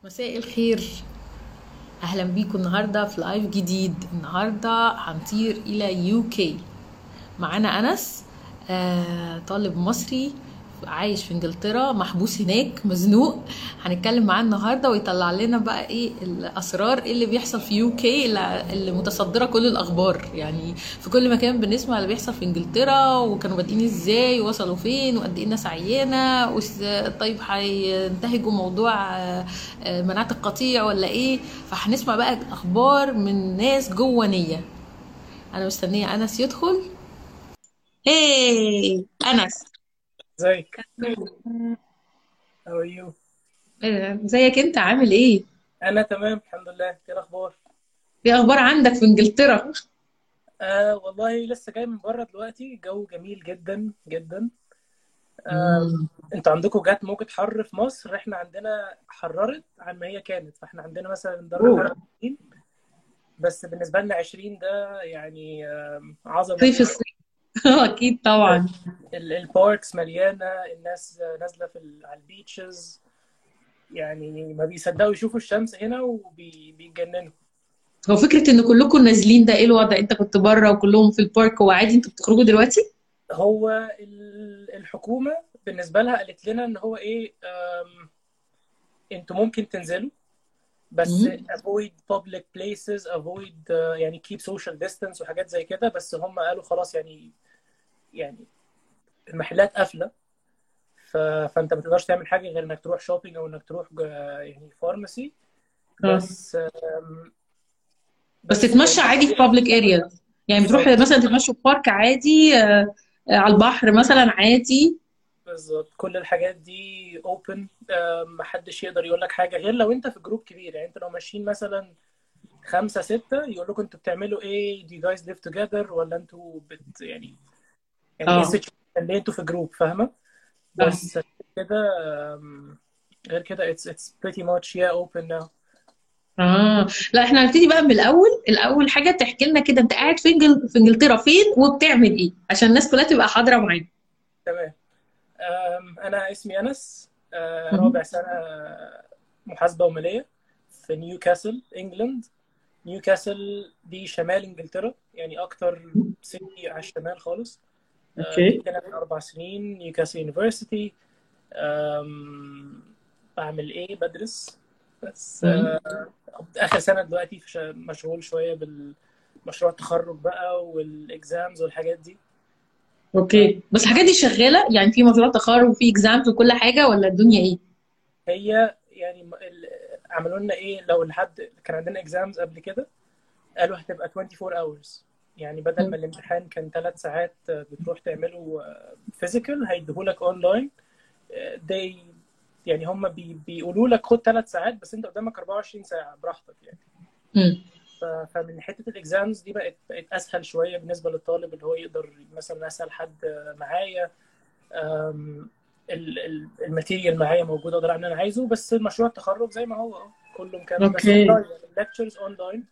مساء الخير. اهلا بيكم النهارده في لايف جديد. النهارده هنطير الى يو كي. معانا انس، طالب مصري عايش في انجلترا، محبوس هناك مزنوق. هنتكلم معاه النهارده ويطلع لنا بقى ايه الاسرار، ايه اللي بيحصل في يو كي اللي متصدره كل الاخبار. يعني في كل مكان بنسمع اللي بيحصل في انجلترا، وكانوا بادئين ازاي ووصلوا فين وقد ايه الناس عيانه طيب هينتهجوا موضوع مناعه القطيع ولا ايه. فهنسمع بقى اخبار من ناس جوه نيه. انا مستنيه انس يدخل. هاي انس. ازيك؟ هاو ار يو؟ ازيك انت عامل ايه؟ انا تمام الحمد لله. ايه الاخبار؟ ايه اخبار عندك في انجلترا؟ والله لسه جاي من بره دلوقتي. جو جميل جدا جدا. آه مم. انتوا عندكم جات موجة حر في مصر، احنا عندنا حررت عن ما هي كانت، فاحنا عندنا مثلا درجة اوه. حرارة 20. بس بالنسبة لنا 20 ده يعني عظمة. صيف الصيف. اكيد طبعا. الباركس مليانة، الناس نازلة على البيتشز. يعني ما بيصدقوا يشوفوا الشمس هنا وبيتجننوا. هو فكرة ان كلكم نازلين ده ايه الوضع؟ انت كنت بره وكلهم في البارك وعادي انتوا بتخرجوا دلوقتي؟ هو الحكومة بالنسبة لها قالت لنا ان هو ايه، انتوا ممكن تنزلوا بس مم. avoid public places, avoid يعني keep social distance وحاجات زي كده. بس هم قالوا خلاص يعني المحلات قافلة. فانت ما تقدرش تعمل حاجة غير انك تروح شوبينج او انك تروح يعني فارماسي. اه. بس بس بس تتمشى يعني عادي في بابليك اريا؟ يعني بتروح بالظبط. مثلا تتمشوا في بارك عادي، على البحر مثلا عادي؟ بالظبط كل الحاجات دي اوبن. محدش يقدر يقول لك حاجة غير لو انت في جروب كبير. يعني انت لو ماشيين مثلا خمسة ستة يقول لكم انتوا بتعملوا ايه؟ do you guys live together ولا انتوا يعني ايه اه. situation اللي انتوا في جروب، فاهمة؟ اه. بس كده. غير كده it's pretty much yeah open now. اه. لا احنا هنبتدي بقى من الاول حاجه تحكي لنا كده، انت قاعد في انجلترا فين وبتعمل ايه عشان الناس كلها تبقى حاضره معانا. تمام. انا اسمي انس. رابع مم. سنة محاسبة ومالية في نيوكاسل انجلند. نيوكاسل دي شمال انجلترا، يعني اكتر سيتي على الشمال خالص. اوكي. جيت هنا من 4 سنين نيوكاسل يونيفرسيتي. بعمل ايه؟ بدرس. بس مم. اخر سنه دلوقتي مشغول شويه بالمشروع التخرج بقى والاكزامز والحاجات دي. اوكي، بس الحاجات دي شغاله يعني؟ في مشروع تخرج وفي اكزامز وكل حاجه، ولا الدنيا ايه؟ فهي يعني عملوا لنا ايه؟ لو لحد كان عندنا اكزامز قبل كده قالوا هتبقى 24 hours. يعني بدل ما مم. الامتحان كان 3 ساعات بتروح تعمله فيزيكال، هيديهولك اونلاين. they يعني هم بيقولوا لك خد 3 ساعات بس انت قدامك 24 ساعه براحتك يعني. مم. فمن حته الاكزامز دي بقت اسهل شويه بالنسبه للطالب، اللي هو يقدر مثلا اسال حد معايا. الماتيريال معايا موجوده، اقدر اعمل اللي انا عايزه. بس المشروع التخرج زي ما هو كله مكمل بس اوكي. اونلاين، يعني الليكتشرز اونلاين.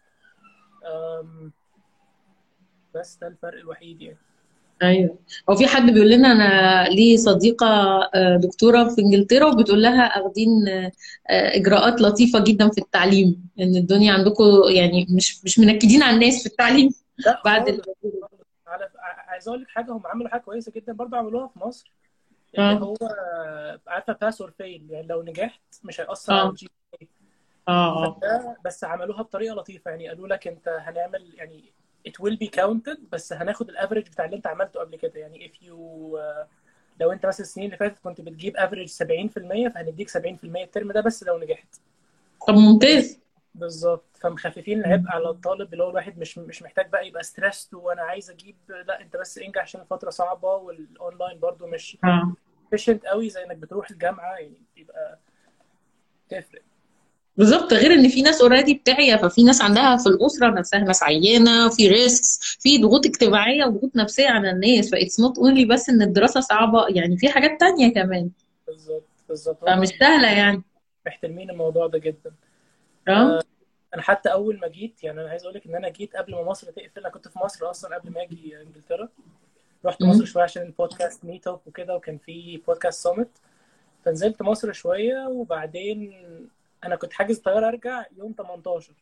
بس ده الفرق الوحيد يعني. ايوه. هو في حد بيقول لنا، انا ليه صديقه دكتوره في انجلترا، وبتقول لها اخدين اجراءات لطيفه جدا في التعليم، ان الدنيا عندكم يعني مش منكدين على الناس في التعليم لا بعد خالص. خالص. عايز اقول لك حاجه، هم عملوا حاجه كويسه جدا برضه عملوها في مصر. اللي اه. هو عارفه باس اور فيل، يعني لو نجحت مش هيأثر على اه. الجي بي. اه. اه. فده بس عملوها بطريقه لطيفه. يعني قالوا لك انت هنعمل يعني it will be counted، بس هناخد الافريج بتاع اللي انت عملته قبل كده. يعني if you لو انت مثلا السنين اللي فاتت كنت بتجيب افريج 70%، فهنديك 70% الترم ده بس لو نجحت. طب ممتاز. بالظبط. فمخففين العبء على الطالب، اللي هو الواحد مش محتاج بقى يبقى ستريسد وانا عايز اجيب. لا انت بس انجح عشان الفتره صعبه، والاونلاين برضو مش اه. efficient قوي زي انك بتروح الجامعه، يعني يبقى تفرق. بالظبط، غير ان في ناس اوريدي بتاعيه، ففي ناس عندها في الاسره نفسها ناس عيانه، في ريسكس، في ضغوط اجتماعيه وضغوط نفسيه على الناس، فايتس نوت اونلي بس ان الدراسه صعبه، يعني في حاجات تانية كمان. بالظبط بالظبط فمش هم سهله يعني. محترمين الموضوع ده جدا. اه. انا حتى اول ما جيت، يعني انا عايز اقول لك ان انا جيت قبل ما مصر تقفل. انا كنت في مصر اصلا قبل ما اجي انجلترا. رحت مصر مم. شويه عشان البودكاست ميت اب وكده، وكان في بودكاست سامت. فنزلت مصر شويه وبعدين انا كنت حاجز طياره ارجع يوم 18.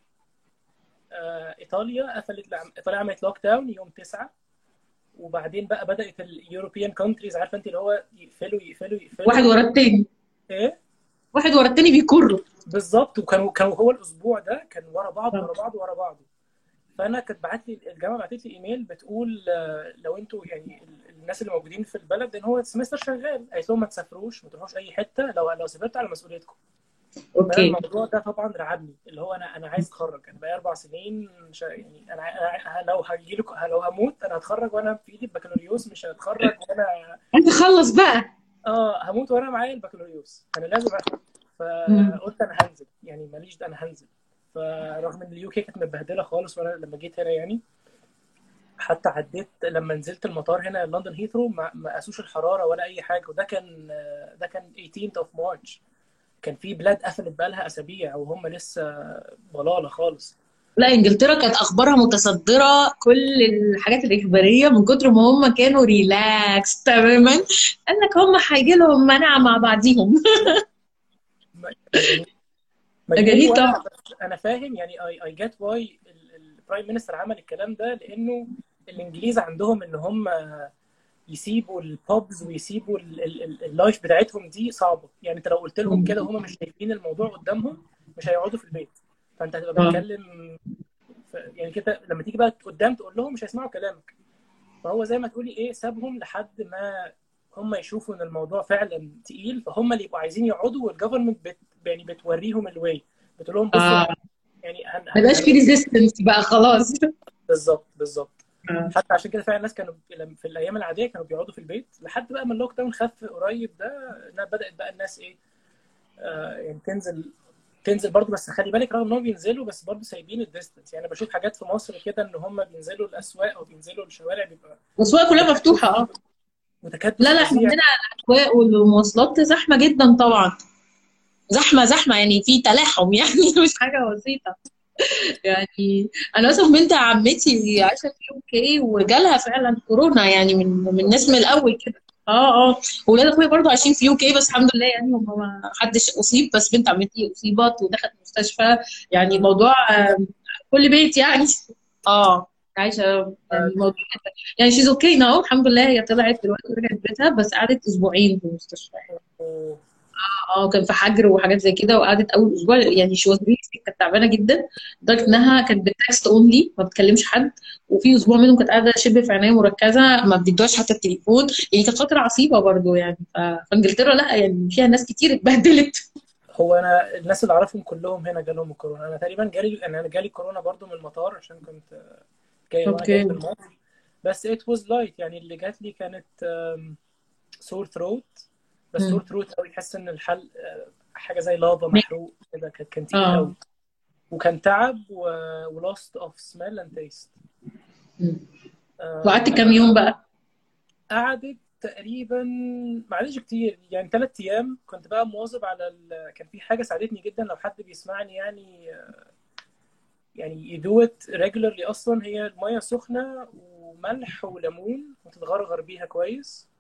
ايطاليا قفلت، ايطاليا عملت لوك داون يوم 9. وبعدين بقى بدات اليوروبيان كونتريز، عارفه انت، اللي هو يقفلوا يقفلوا واحد يقفلوا. ورا التاني، ايه واحد ورا التاني بيكروا. بالظبط. وكانوا هو الاسبوع ده كان ورا بعض ورا بعض ورا بعض. فانا كانت بعت لي الجامعه، بعتت لي ايميل بتقول لو انتوا يعني الناس اللي موجودين في البلد، ان هو السمستر شغال، قالت لهم ما تسافروش، ما تروحوش اي حته، لو سافرتوا على مسؤوليتكم. فانا اوكي. الموضوع ده طبعا رعبني، اللي هو انا عايز اتخرج، انا بقى 4 سنين يعني انا لو هجي لكم، لو هموت انا هتخرج وانا في ايدي البكالوريوس، مش هتخرج وانا انت خلص بقى. هموت وانا معايا البكالوريوس، انا لازم اخد. مم. فقلت انا هنزل، يعني ماليش، انا هنزل. فرغم ان اليو كي كانت متبهدله خالص، وانا لما جيت هنا يعني، حتى عديت لما نزلت المطار هنا لندن هيثرو، ما قاسوش الحراره ولا اي حاجه. وده كان 18 اوف مارش. كان في بلاد قفلت بقالها اسابيع وهم لسه ضلاله خالص. لا، انجلترا كانت اخبارها متصدره كل الحاجات الاخباريه من كتر ما هم كانوا ريلاكس تماما. قال لك هم هيجي لهم مناعه مع بعضيهم. مجانين، مجانين. جميل طبعا. وانا بس انا فاهم يعني، اي جيت واي البرايم مينستر عمل الكلام ده، لانه الانجليز عندهم ان هم يسيبوا البوبز ويسيبوا اللايف بتاعتهم دي صعبه. يعني انت لو قلت لهم كده وهم مش شايفين الموضوع قدامهم، مش هيقعدوا في البيت. فانت هتبقى اه. بتتكلم يعني كده، لما تيجي بقى قدام تقول لهم مش هيسمعوا كلامك. فهو زي ما تقولي ايه، سابهم لحد ما هم يشوفوا ان الموضوع فعلا تقيل، فهم اللي يبقوا عايزين يقعدوا، والجفرمنت يعني بتوريهم الواي، بتقول لهم بصوا اه. يعني ما بقاش في ريزيستنس بقى خلاص. بالظبط بالظبط. اه. حتى عشان كده فعلا الناس كانوا في الايام العاديه كانوا بيقعدوا في البيت، لحد بقى ما اللوك داون خف قريب ده، انها بدات بقى الناس ايه، يعني تنزل برضو. بس خلي بالك، رغم انهم بينزلوا بس برضو سايبين الديستنس. يعني بشوف حاجات في مصر كده ان هم بينزلوا الاسواق او بينزلوا الشوارع، بيبقى الاسواق كلها مفتوحه. تكدس، اه. وتكدس لا لا، احنا فظيع. عندنا الاسواق والمواصلات زحمه جدا طبعا. زحمه زحمه يعني في تلاحم يعني. مش حاجه بسيطه يعني. انا اصلا بنت عمتي عايشه في يو كي وجالها فعلا كورونا، يعني من الناس من الاول كده. اه اه. ولاد اخويا برضو عايشين في يو كي، بس الحمد لله يعني هم ما حدش اصيب، بس بنت عمتي اصيبت ودخلت المستشفى. يعني الموضوع كل بيت يعني. اه. عايشه. يعني الموضوع يعني شيز اوكي ناو، الحمد لله. هي طلعت دلوقتي ورجعت بيتها، بس قعدت اسبوعين في المستشفى. اه، كان في حجر وحاجات زي كده، وقعدت اول اسبوع يعني شي واز كانت تعبانه جدا، لدرجه انها كانت بتكست اونلي، ما بتكلمش حد. وفي اسبوع منهم كانت قاعده شبه في عنايه مركزه، ما بتدوش حتى التليفون. يعني كانت فتره عصيبه برضو يعني. فانجلترا لا يعني فيها ناس كتير اتبهدلت. هو انا الناس اللي اعرفهم كلهم هنا جالهم الكورونا. انا تقريبا انا جالي كورونا برضو من المطار، عشان كنت جاي وانا جاي اوكي. بالمطر. بس it was light. يعني اللي جات لي كانت سور ثروت. بس سور مم. ثروت قوي، تحس ان الحل حاجه زي لافا محروق كده، كان تقيل قوي. اه. وكان تعب ولاست اوف سميل اند تيست. مم. وقعدت كام يوم بقى؟ قعدت تقريبا، معلش كتير يعني 3 ايام. كنت بقى مواظب على كان في حاجه ساعدتني جدا، لو حد بيسمعني يعني، يعني يدوت ريجولرلي اصلا، هي الميه سخنه وملح وليمون وتتغرغر بيها كويس.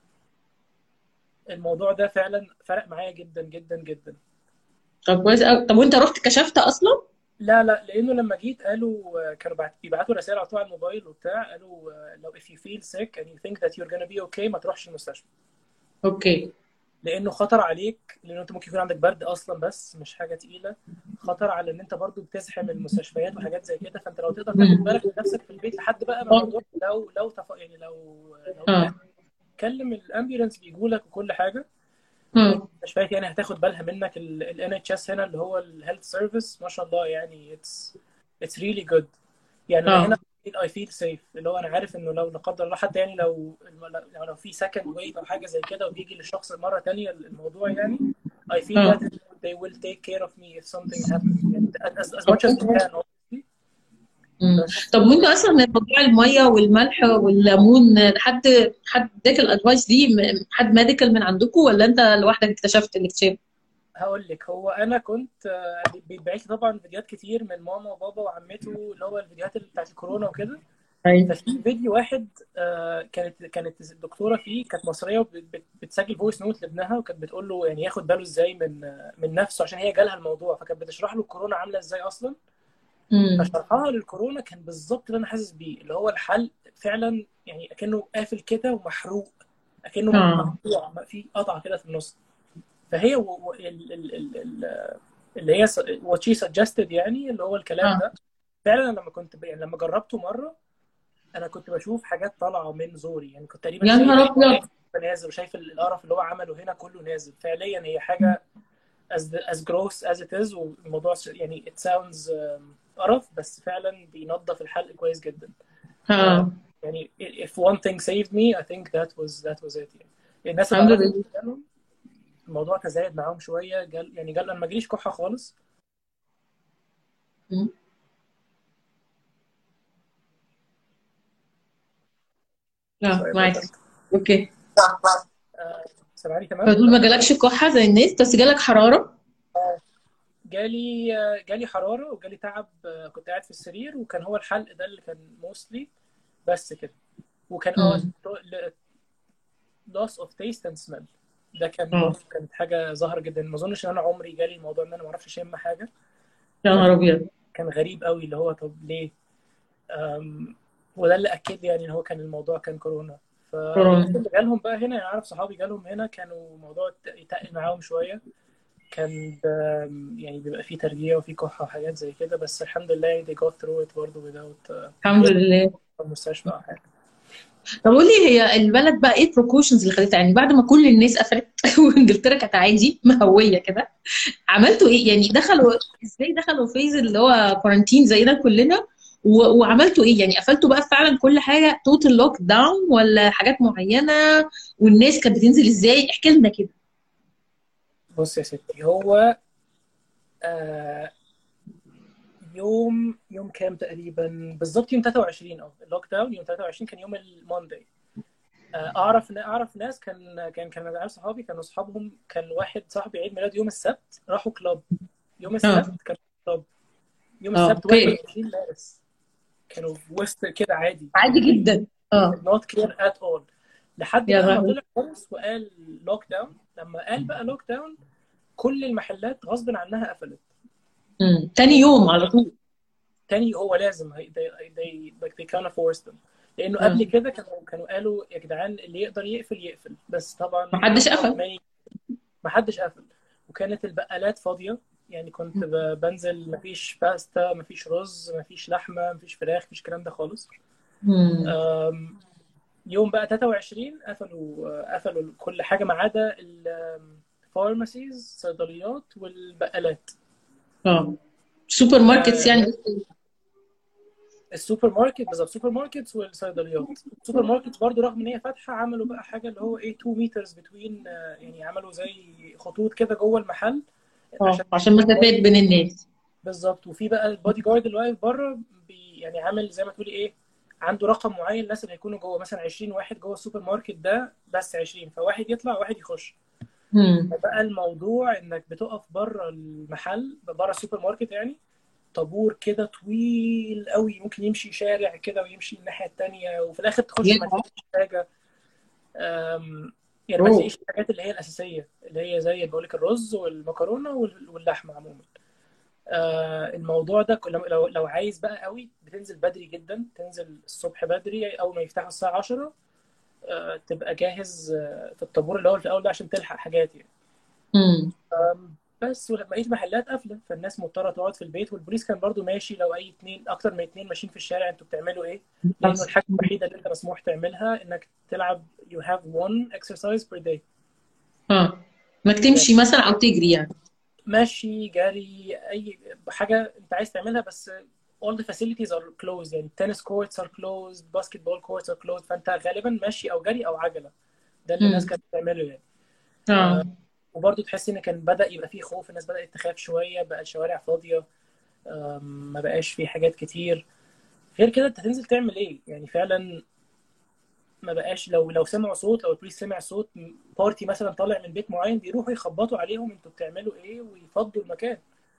الموضوع ده فعلا فرق معايا جدا جدا جدا. طب كويس قوي. طب وانت رحت كشفت اصلا؟ لا لا، لانه لما جيت قالوا، كانوا بيبعتوا رسائل على طول على الموبايل وبتاع، قالوا لو if you feel sick and you think that you're gonna be okay ما تروحش المستشفى، اوكي. لانه خطر عليك، لانه انت ممكن يكون عندك برد اصلا بس مش حاجه تقيله. خطر على ان انت برضو بتزحم المستشفيات وحاجات زي كده. فانت لو تقدر تاخد مم. بالك من نفسك في البيت لحد بقى ما الموضوع، يعني لو اه. كلم الامبيولانس بيجوا لك وكل حاجه. اه. والمستشفيات يعني هتاخد بالها منك. الان اتش اس هنا اللي هو الهيلث سيرفيس ما شاء الله يعني، اتس ريلي جود. يعني انا هنا اه. اي فيل سيف، اللي هو انا عارف انه لو لا قدر الله حتى يعني، لو في سكند ويف او حاجه زي كده وبيجي للشخص مره تانية الموضوع يعني، I feel اه. that they will take care of me if something happens يعني as much as they can obviously. مم. بس طب وانت اصلا موضوع الميه والملح والليمون، حد اداك الادفايس دي؟ حد ميديكال من عندكم، ولا انت لوحدك اكتشفت الاكتشاف؟ هقول لك، هو انا كنت بيتبعت لي طبعا فيديوهات كتير من ماما وبابا وعمته، اللي هو الفيديوهات اللي بتاعت الكورونا وكده. ايوه. ففي فيديو واحد كانت الدكتوره فيه كانت مصريه وبتسجل فويس نوت لابنها، وكانت بتقول له يعني ياخد باله ازاي من نفسه عشان هي جالها الموضوع، فكانت بتشرح له الكورونا عامله ازاي اصلا. امم. فشرحها للكورونا كان بالظبط اللي انا حاسس بيه، اللي هو الحل فعلا يعني اكنه قافل كده ومحروق، اكنه اه. مقطوع في قطعه كده في النص. فهي اللي هي what she suggested يعني اللي هو الكلام اه. ده. فعلا لما كنت يعني لما جربته مره، انا كنت بشوف حاجات طالعه من زوري، يعني كنت تقريبا يا شايف نهار ابيض. نازل، وشايف القرف اللي هو عمله هنا كله نازل فعليا. هي حاجه as gross as it is، والموضوع يعني it sounds قرف، بس فعلا بينظف الحلق كويس جدا. اه. يعني if one thing saved me I think that was it يعني. الناس اللي الحمد اعرفهم لله. جالهم الموضوع تزايد معاهم شويه، جال انا ما جاليش كحه خالص. مم. اه، sorry about معاك. that. اوكي. سامعني تمام. فدول ما جالكش كحة زي الناس، بس جالك حرارة؟ جالي حراره وجالي تعب، كنت قاعد في السرير، وكان هو الحلق ده اللي كان موستلي بس كده. وكان امم. loss of taste and smell. ده كان اه. برضه كانت حاجه ظاهره جدا. ما اظنش ان انا عمري جالي الموضوع ان انا ما اعرفش اشم حاجه. يا نهار ابيض. كان غريب قوي اللي هو طب ليه. أم، وده اللي اكد لي يعني ان هو كان الموضوع كان كورونا. فالناس كورونا. اللي جالهم بقى هنا، يعني عارف صحابي جالهم هنا كانوا الموضوع يتقل معاهم شويه. كان يعني بيبقى فيه ترجيع وفيه كحه وحاجات زي كده، بس الحمد لله يعني they got through it برضه without الحمد لله. المستشفى او حاجه. طب قولي، هي البلد بقى ايه البروكوشنز اللي خدتها؟ يعني بعد ما كل الناس قفلت وانجلترا كانت عادي مهويه كده، عملتوا ايه؟ يعني ازاي دخلوا فيز اللي هو كورنتين زينا كلنا؟ وعملتوا ايه؟ يعني قفلتوا بقى فعلا كل حاجه توتال لوك داون، ولا حاجات معينه؟ والناس كانت بتنزل ازاي؟ احكي لنا كده. بص يا ستي، هو آه يوم كام تقريبا بالظبط؟ يوم 23 اللوك داون يوم 23 كان يوم الماندي. اعرف ناس كان عيال صحابي كانوا اصحابهم، كان واحد صاحبي عيد ميلاد يوم السبت راحوا كلاب. يوم اه. السبت كان كلاب. يوم اه. السبت اوكي. 21 مارس كانوا في وسط كده عادي. عادي جدا. اه. not care at all. لحد يا بقى ما لهوي. طلع خالص وقال لوك داون. لما قال بقى لوك داون، كل المحلات غصب عنها قفلت. تاني يعني يوم على طول. تاني هو لازم they can't force them. لانه اه. قبل كده كانوا قالوا يا جدعان اللي يقدر يقفل يقفل، بس طبعا محدش قفل. ما حدش قفل. وكانت البقالات فاضيه. يعني كنت بنزل مفيش باستا، مفيش رز، مفيش لحمه، مفيش فراخ، مفيش الكلام ده خالص. امم. أم، يوم بقى 23 قفلوا كل حاجه ما عدا الفارماسيز، صيدليات والبقالات. اه. سوبر ماركتس يعني. غير السوبر ماركت بالظبط، سوبر ماركتس والصيدليات. السوبر ماركتس برضو رغم ان هي فاتحه، عملوا بقى حاجه اللي هو ايه 2 مترز بتوين، يعني عملوا زي خطوط كده جوه المحل اه، عشان عشان مسافات بين الناس. بالظبط. وفي بقى البادي جارد اللي واقف بره يعني عامل زي ما تقولي ايه، عنده رقم معين الناس اللي هيكونوا جوه، مثلا 20 واحد جوه السوبر ماركت ده، بس 20، فواحد يطلع واحد يخش. امم. فبقى الموضوع انك بتقف بره المحل، بره السوبر ماركت يعني، طابور كده طويل قوي، ممكن يمشي شارع كده ويمشي الناحيه التانيه، وفي الاخر تخش ما يا. تلاقيش حاجه. أم، يعني ما اوه. تلاقيش الحاجات اللي هي الاساسيه، اللي هي زي بقول لك الرز والمكرونه واللحمه عموما. الموضوع ده لو عايز بقى قوي بتنزل بدري جدا، تنزل الصبح بدري اول ما يفتحوا الساعه 10. تبقى جاهز في الطابور اللي هو في الاول ده عشان تلحق حاجات يعني. امم. بس بقيت محلات قافله، فالناس مضطره تقعد في البيت، والبوليس كان برضو ماشي لو اي اتنين اكتر من اتنين ماشيين في الشارع انتوا بتعملوا ايه. لانه بس. الحاجه الوحيده اللي انت مسموح تعملها انك تلعب you have one exercise per day. اه، انك يعني تمشي مثلا او تجري يعني. ماشي، جري، اي حاجه انت عايز تعملها، بس all the facilities are closed. يعني tennis courts are closed, basketball courts are closed. فانت غالبا ماشي او جري او عجله. ده اللي الناس امم. كانت بتعمله يعني. اه. وبرضه تحس ان كان بدأ يبقى فيه خوف، الناس بدأت تخاف شويه، بقى الشوارع فاضيه. ما بقاش فيه حاجات كتير. غير كده انت هتنزل تعمل ايه يعني فعلا؟ ما بقاش لو سمعوا صوت، لو البوليس سمع صوت بارتي مثلا طالع من بيت معين، بيروحوا يخبطوا عليهم انتوا بتعملوا ايه ويفضوا المكان.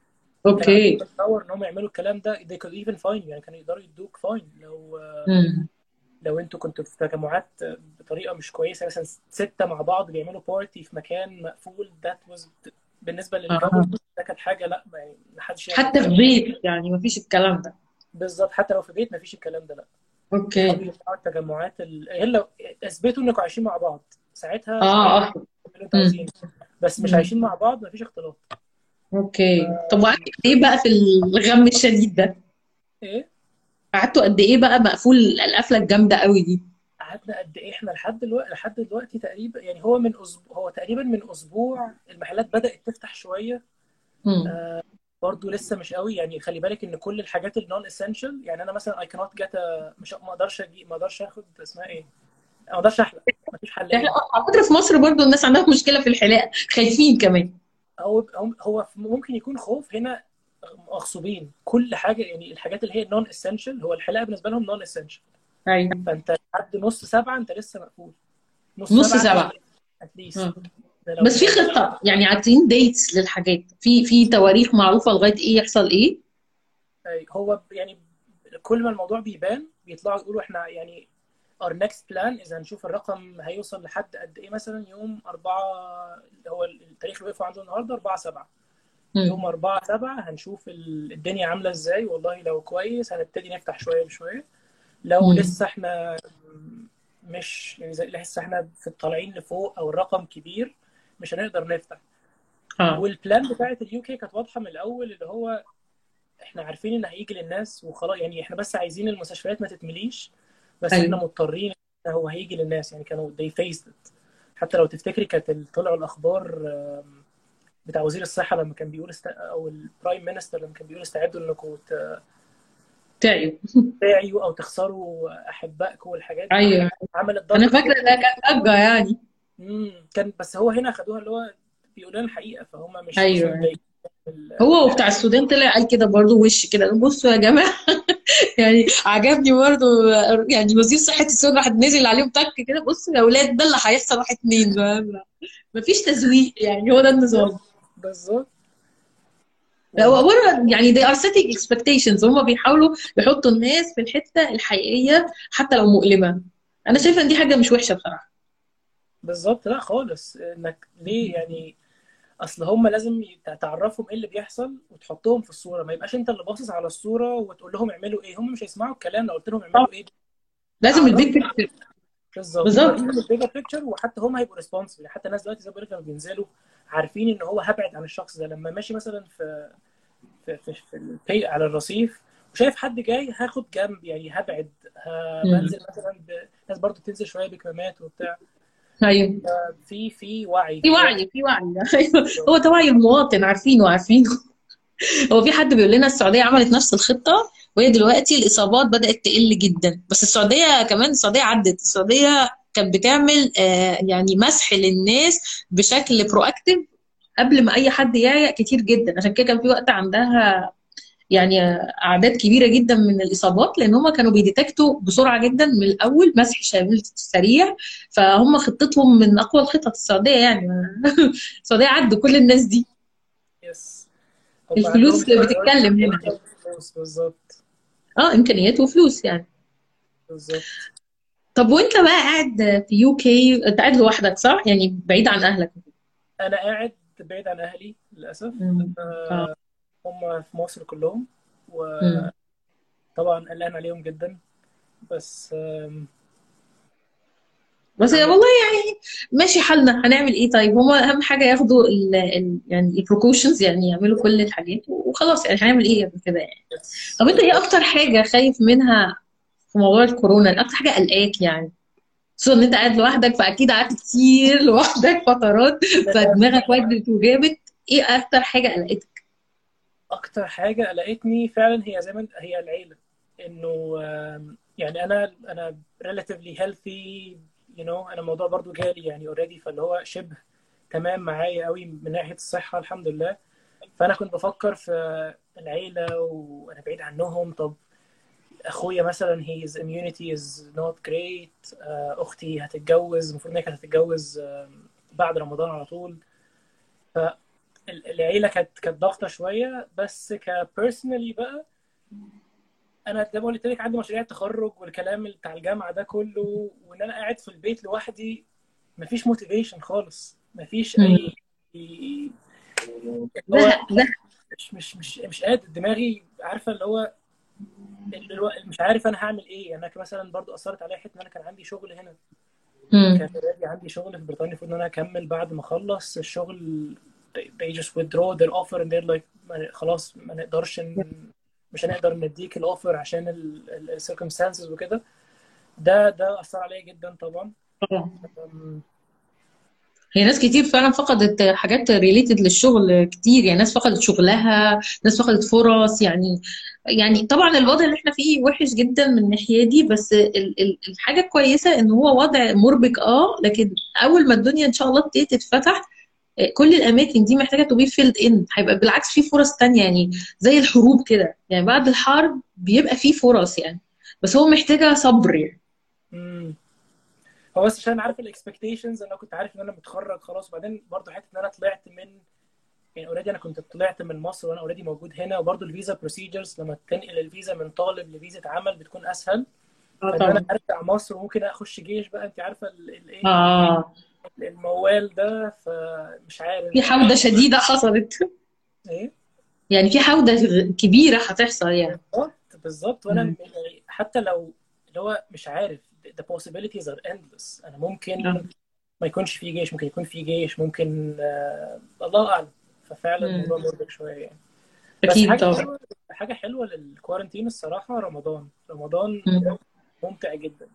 كان عندهم اوكي. الباور ان هم يعملوا الكلام ده. they could even fine يعني كانوا يقدروا يدوك فاين لو امم. لو انتوا كنتوا في تجمعات بطريقه مش كويسه، مثلا سته مع بعض بيعملوا بارتي في مكان مقفول. that was بالنسبه اه، للجفرمنت ده كانت حاجه لا يعني ما حدش يعمل حتى كده. في بيت يعني مفيش الكلام ده؟ بالظبط، حتى لو في بيت ما فيش الكلام ده لا. اوكي. بيحاولوا يمنعوا التجمعات لو اثبتوا انكم عايشين مع بعض ساعتها اه، اوكي اصلا. اعملوا اللي انتوا امم. عايزينه، بس مش امم. عايشين مع بعض ما فيش اختلاط. اوكي. طب وقعدت قد ايه بقى في الغم الشديد ده؟ ايه، قعدتوا قد ايه بقى مقفول القفله الجامده قوي دي؟ قعدنا قد ايه احنا لحد دلوقتي تقريبا يعني هو من اسبوع، هو تقريبا من اسبوع المحلات بدأت تفتح شويه. امم. برضه لسه مش قوي يعني. خلي بالك ان كل الحاجات النون اسينشال يعني انا مثلا اي كانوت جيت، مش ما اقدرش ما اقدرش اخد اسمها ايه، ما اقدرش احلق، ما فيش احنا حلاقين. على فكره في مصر برضو الناس عندها مشكله في الحلاقه، خايفين كمان. هو ممكن يكون خوف هنا، مغصوبين كل حاجه يعني. الحاجات اللي هي نون اسينشال هو الحلاقه بالنسبه لهم نون اسينشال. ايوه. فانت لحد نص سبعه انت لسه مقفول، نص نص سبعه سبعة. اتليست. مم. ده بس في لو مثلا خطه يعني، عاطين ديتس للحاجات، في تواريخ معروفه لغايه ايه يحصل ايه؟ هو يعني كل ما الموضوع بيبان بيطلعوا يقولوا احنا يعني our next plan اذا هنشوف الرقم هيوصل لحد قد ايه. مثلا يوم 4، هو التاريخ اللي وقفوا عنده النهارده 4/7، يوم امم. 4/7 هنشوف الدنيا عامله ازاي. والله لو كويس هنبتدي نفتح شويه بشويه. لو امم. لسه احنا مش يعني زي لسه احنا في الطالعين لفوق او الرقم كبير مش هنقدر نفتح. اه. والبلان بتاعت اليو كي كانت واضحه من الاول، اللي هو احنا عارفين ان هيجي للناس وخلاص يعني. احنا بس عايزين المستشفيات ما تتمليش، بس احنا ايوه. مضطرين ان هو هيجي للناس يعني. كانوا they faced it. حتى لو تفتكري كانت طلعوا الاخبار بتاع وزير الصحه لما كان بيقول او البرايم مينستر لما كان بيقول استعدوا انكم تعب. تعيوا او تخسروا احبائكم والحاجات دي. ايوه، عملت انا ضجه فاكره كتير. ده كان ضجه يعني. كان بس هو هنا خدوها اللي هو بيقولوا لنا الحقيقه، فهم مش ايوه، متضايقين هو من وبتاع السودان طلع قال كده برضو، وش كده بصوا يا جماعه. يعني عجبني برضو. يعني وزير صحه السودان راح نزل عليهم تك كده، بصوا يا اولاد ده اللي هيحصل، واحد اتنين مفيش تزويق يعني، هو ده النظام. بالظبط. هو عباره يعني they are setting expectations، هم بيحاولوا يحطوا الناس في الحته الحقيقيه حتى لو مؤلمه. انا شايفه ان دي حاجه مش وحشه بصراحه. بالظبط، لا خالص. انك ليه يعني؟ اصل هم لازم تعرفهم ايه اللي بيحصل وتحطهم في الصوره، ما يبقاش انت اللي باصص على الصوره وتقول لهم اعملوا ايه. هم مش هيسمعوا الكلام لو قلت لهم طبعاً. اعملوا ايه. لا، لازم البيج عرفهم. بيكتشر. بالظبط، بالظبط. وريهم البيجر بيكتشر وحتى هم هيبقوا ريسبونسبل. حتى الناس دلوقتي زي ما بقول لك لما بينزلوا عارفين ان هو هبعد عن الشخص ده. لما ماشي مثلا على الرصيف وشايف حد جاي هاخد جنب يعني، هبعد. مم. بنزل مثلا ناس برضو بتنزل شويه بكمامات وبتاع. ايوه، في وعي، في في وعي. وعي، في وعي. أيوة. هو ده وعي المواطن، عارفينه عارفينه. هو في حد بيقول لنا السعودية عملت نفس الخطة، وهي دلوقتي الإصابات بدأت تقل جدا. بس السعودية كمان، السعودية عدت، السعودية كانت بتعمل يعني مسح للناس بشكل برو اكتيف قبل ما أي حد يعيا كتير جدا. عشان كده كان في وقت عندها يعني أعداد كبيرة جدا من الإصابات، لأن هم كانوا بيديتكتوا بسرعة جدا من الأول، مسح شامل سريع. فهم خطتهم من أقوى الخطط السعودية يعني. السعودية عدوا كل الناس دي. يس، هم عندهم الفلوس البريورتي بتتكلم هنا. والفلوس. بالظبط. اه، امكانيات وفلوس يعني. بالظبط. طب وانت بقى قاعد في يو كي، انت قاعد لوحدك صح؟ يعني بعيد عن اهلك. انا قاعد بعيد عن اهلي للاسف. مم. اه. هم في مصر كلهم، مم. وطبعا قلقان عليهم جدا. بس بس هعمل والله يعني ماشي حالنا، هنعمل ايه طيب؟ هما اهم حاجه ياخدوا يعني البروكوشنز، يعني يعملوا كل الحاجات وخلاص. يعني هنعمل ايه قبل كده يعني؟ طب انت ايه بالظبط. اكتر حاجه خايف منها في موضوع الكورونا؟ اكتر حاجه قلقاك يعني؟ خصوصا ان انت قاعد لوحدك، فاكيد قعدت كتير لوحدك فترات، فدماغك ودت وجابت. ايه اكتر حاجه قلقتك؟ اكتر حاجه قلقتني فعلا هي زي ما هي العيله. انه يعني انا relatively healthy. انا الموضوع برضو جالي يعني اوريدي، فاللي هو شبه تمام معايا قوي من ناحيه الصحه الحمد لله. فانا كنت بفكر في العيله وانا بعيد عنهم. طب اخويا مثلا his immunity is not great. اختي هتتجوز، المفروض ان هي كانت هتتجوز بعد رمضان على طول. العيله كانت ضغطه شويه، بس كبيرسونالي بقى انا زي ما قلت لك عندي مشاريع تخرج والكلام بتاع الجامعه ده كله، وان انا قاعد في البيت لوحدي مفيش موتيفيشن خالص، مفيش مم. اي اللي هو زهق زهق. مش قادر دماغي، عارفه اللي هو مش عارف انا هعمل ايه. يعني انا مثلا برضو اثرت عليا حته ان انا كان عندي شغل هنا، كان مم. already عندي شغل في بريطانيا، المفروض ان انا اكمل بعد ما اخلص الشغل. they just withdraw their offer and they're like خلاص ما نقدرش مش هنقدر نديك الاوفر عشان ال circumstances وكده. ده اثر عليا جدا طبعا. طبعا. أم، هي ناس كتير فعلا فقدت حاجات ريليتد للشغل كتير، يعني ناس فقدت شغلها، ناس فقدت فرص يعني. يعني طبعا الوضع اللي احنا فيه وحش جدا من الناحية دي، بس الحاجة الكويسة ان هو وضع مربك، لكن اول ما الدنيا ان شاء الله تبتدي تتفتح، كل الاماكن دي محتاجة تو بي فيلد ان، هيبقى بالعكس في فرص تانية يعني. زي الحروب كده، يعني بعد الحرب بيبقى في فرص يعني، بس هو محتاجة صبر يعني. أم، هو بس عشان عارف الاكسبكتيشنز، انا كنت عارف ان انا متخرج خلاص، وبعدين برضو حته ان انا طلعت من، يعني اوريدي انا كنت طلعت من مصر وانا اوريدي موجود هنا، وبرضو الفيزا بروسيجرز لما تنقل الفيزا من طالب لفيزا عمل بتكون اسهل. اه فان انا طبعا. ارجع مصر وممكن اخش جيش بقى، انت عارفه الايه اه، الموال ده، فمش عارف في بقى. حودة شديدة حصلت. ايه يعني في حودة كبيرة هتحصل يعني. بالظبط. وانا مم. يعني حتى لو اللي هو مش عارف the possibilities are endless. انا آه. ممكن ما يكونش في جيش، ممكن يكون في جيش، ممكن الله اعلم. ففعلا مم. الموضوع مربك شويه يعني. بس أكيد طبعا. حاجه حلوه للكوارنتين الصراحه، رمضان مم. ممتع جدا.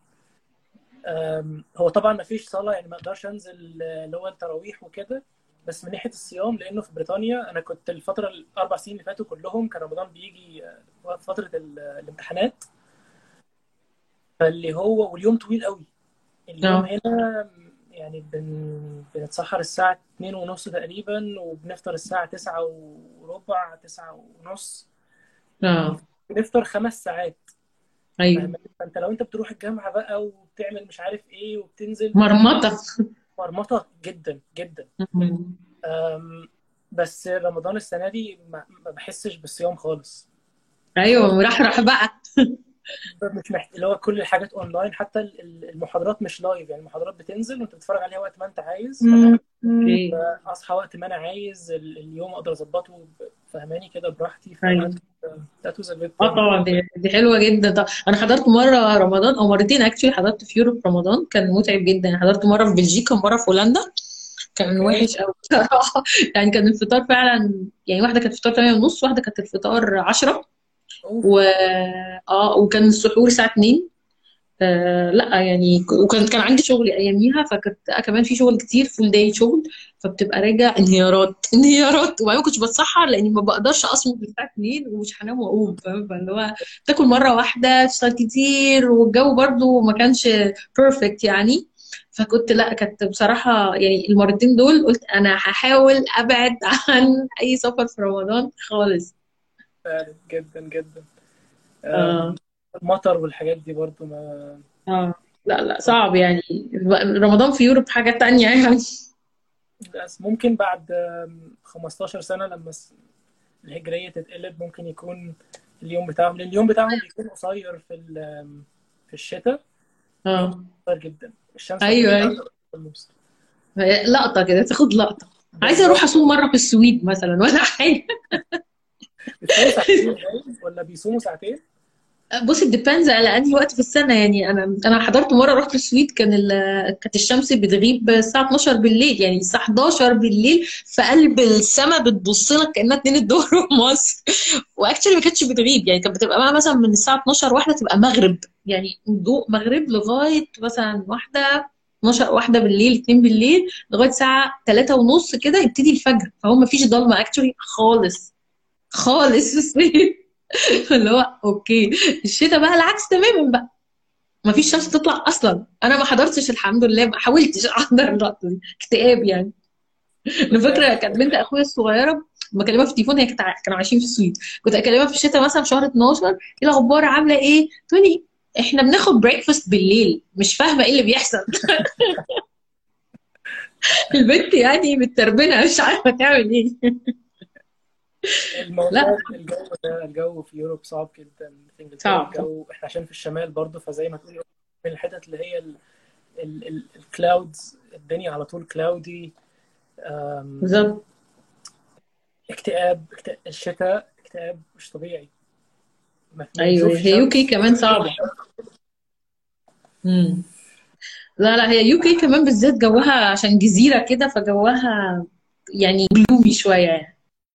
هو طبعا ما فيش صلاه، يعني ما اقدرش انزل اللي هو التراويح وكده. بس من ناحيه الصيام، لانه في بريطانيا انا كنت الفتره الاربع سنين اللي فاتوا كلهم كان رمضان بيجي وقت فتره الامتحانات. فاللي هو واليوم طويل قوي. اليوم اه. هنا يعني بنتسحر الساعه 2 ونص تقريبا، وبنفطر الساعه 9 وربع، 9 ونص. يعني اه. بنفطر 5 ساعات. ايوه. فاهم؟ فانت لو انت بتروح الجامعه بقى وبتعمل مش عارف ايه وبتنزل، مرمطة. مرمطه جدا جدا. مم. أم، بس رمضان السنه دي ما بحسش بالصيام خالص ايوه، خالص. مرحرح بقى. مش محتاج اللي هو كل الحاجات اونلاين، حتى المحاضرات مش لايف. يعني المحاضرات بتنزل وانت بتتفرج عليها وقت ما انت عايز، اوكي. اصحى وقت ما انا عايز، اليوم اقدر اظبطه فهماني كده براحتي. ايوه. that was a good اه thing. طبعا، دي حلوه جدا. طبعا انا حضرت مره رمضان او مرتين اكشلي، حضرت في يوروب رمضان كان متعب جدا. حضرت مره في بلجيكا ومره في هولندا، كان اوكي. وحش قوي بصراحه. يعني كان الفطار فعلا، يعني واحده كانت الفطار 8 ونص، واحده كانت الفطار 10. اوف. و وكان السحور الساعه 2. لا يعني كان عندي شغل اياميها، فكنت كمان في شغل كتير، فول داي شغل. فبتبقى راجع انهيارات انهيارات، وبعدين ما كنتش بتسحر لاني ما بقدرش اصمد الساعه 2 ومش هنام واقوم، فاهم؟ فاللي هو تاكل مره واحده، تشتغل كتير، والجو برضو ما كانش بيرفكت يعني. فكنت لا، كانت بصراحه يعني المرتين دول قلت انا هحاول ابعد عن اي سفر في رمضان خالص. فعلا جدا جدا. اه. المطر والحاجات دي برضو ما. اه. لا لا، صعب يعني. رمضان في يوروب حاجه تانية يعني. بس ممكن بعد 15 سنة لما الهجرية تتقلب، ممكن يكون اليوم بتاعهم، لأن اليوم بتاعهم بيكون قصير في الشتاء. اليوم اه. قصير جدا، الشمس ما ايوه بتبقاش ايوه. عارفة في النص. لقطه كده، تاخد لقطه. عايزه اروح بالظبط. اصوم مره في السويد مثلا ولا حاجه. بتفطروا ساعتين باين ولا بيصوموا ساعتين؟ بصي ديبينز على انهي وقت في السنه يعني. انا حضرت مره رحت السويد، كانت الشمس بتغيب الساعه 12 بالليل، يعني الساعه 11 بالليل في قلب السماء بتبص لك كانها 2 الظهر في مصر. واكشلي ما كانتش بتغيب، يعني كانت بتبقى بقى مثلا من الساعه 12 واحده تبقى مغرب، يعني ضوء مغرب لغايه مثلا واحده، 12 واحده بالليل، 2 بالليل، لغايه الساعه 3 ونص كده يبتدي الفجر، فهو ما فيش ضلمه اكشلي خالص خالص في الصيف. اللي هو اوكي. الشتاء بقى العكس تماما بقى، ما فيش شمس تطلع اصلا. انا ما حضرتش الحمد لله، ما حاولتش احضر اللقطه دي، اكتئاب يعني. انا بس فاكره كانت بنت اخويا الصغيره بكلمها في التليفون، هي كانوا عايشين في السويد. كنت اكلمها في الشتاء مثلا في شهر 12، ايه الاخبار عامله ايه، تقول لي احنا بناخد بريكفاست بالليل، مش فاهمه ايه اللي بيحصل. البنت يعني متربنة مش عارفة تعمل ايه. لا الموضوع الجو في يوروب صعب جدا. في انجلترا صعب طبعا. الجو، احنا عشان في الشمال برضه، فزي ما تقولي من الحتت اللي هي الكلاودز، الدنيا على طول كلاودي. بالظبط. الشتاء اكتئاب مش طبيعي. ما ايوه بنشوفش هي يوكي شمس. كمان صعبة. امم. لا لا هي يوكي كمان بالذات جوها عشان جزيرة كده فجوها يعني جلومي شوية يعني.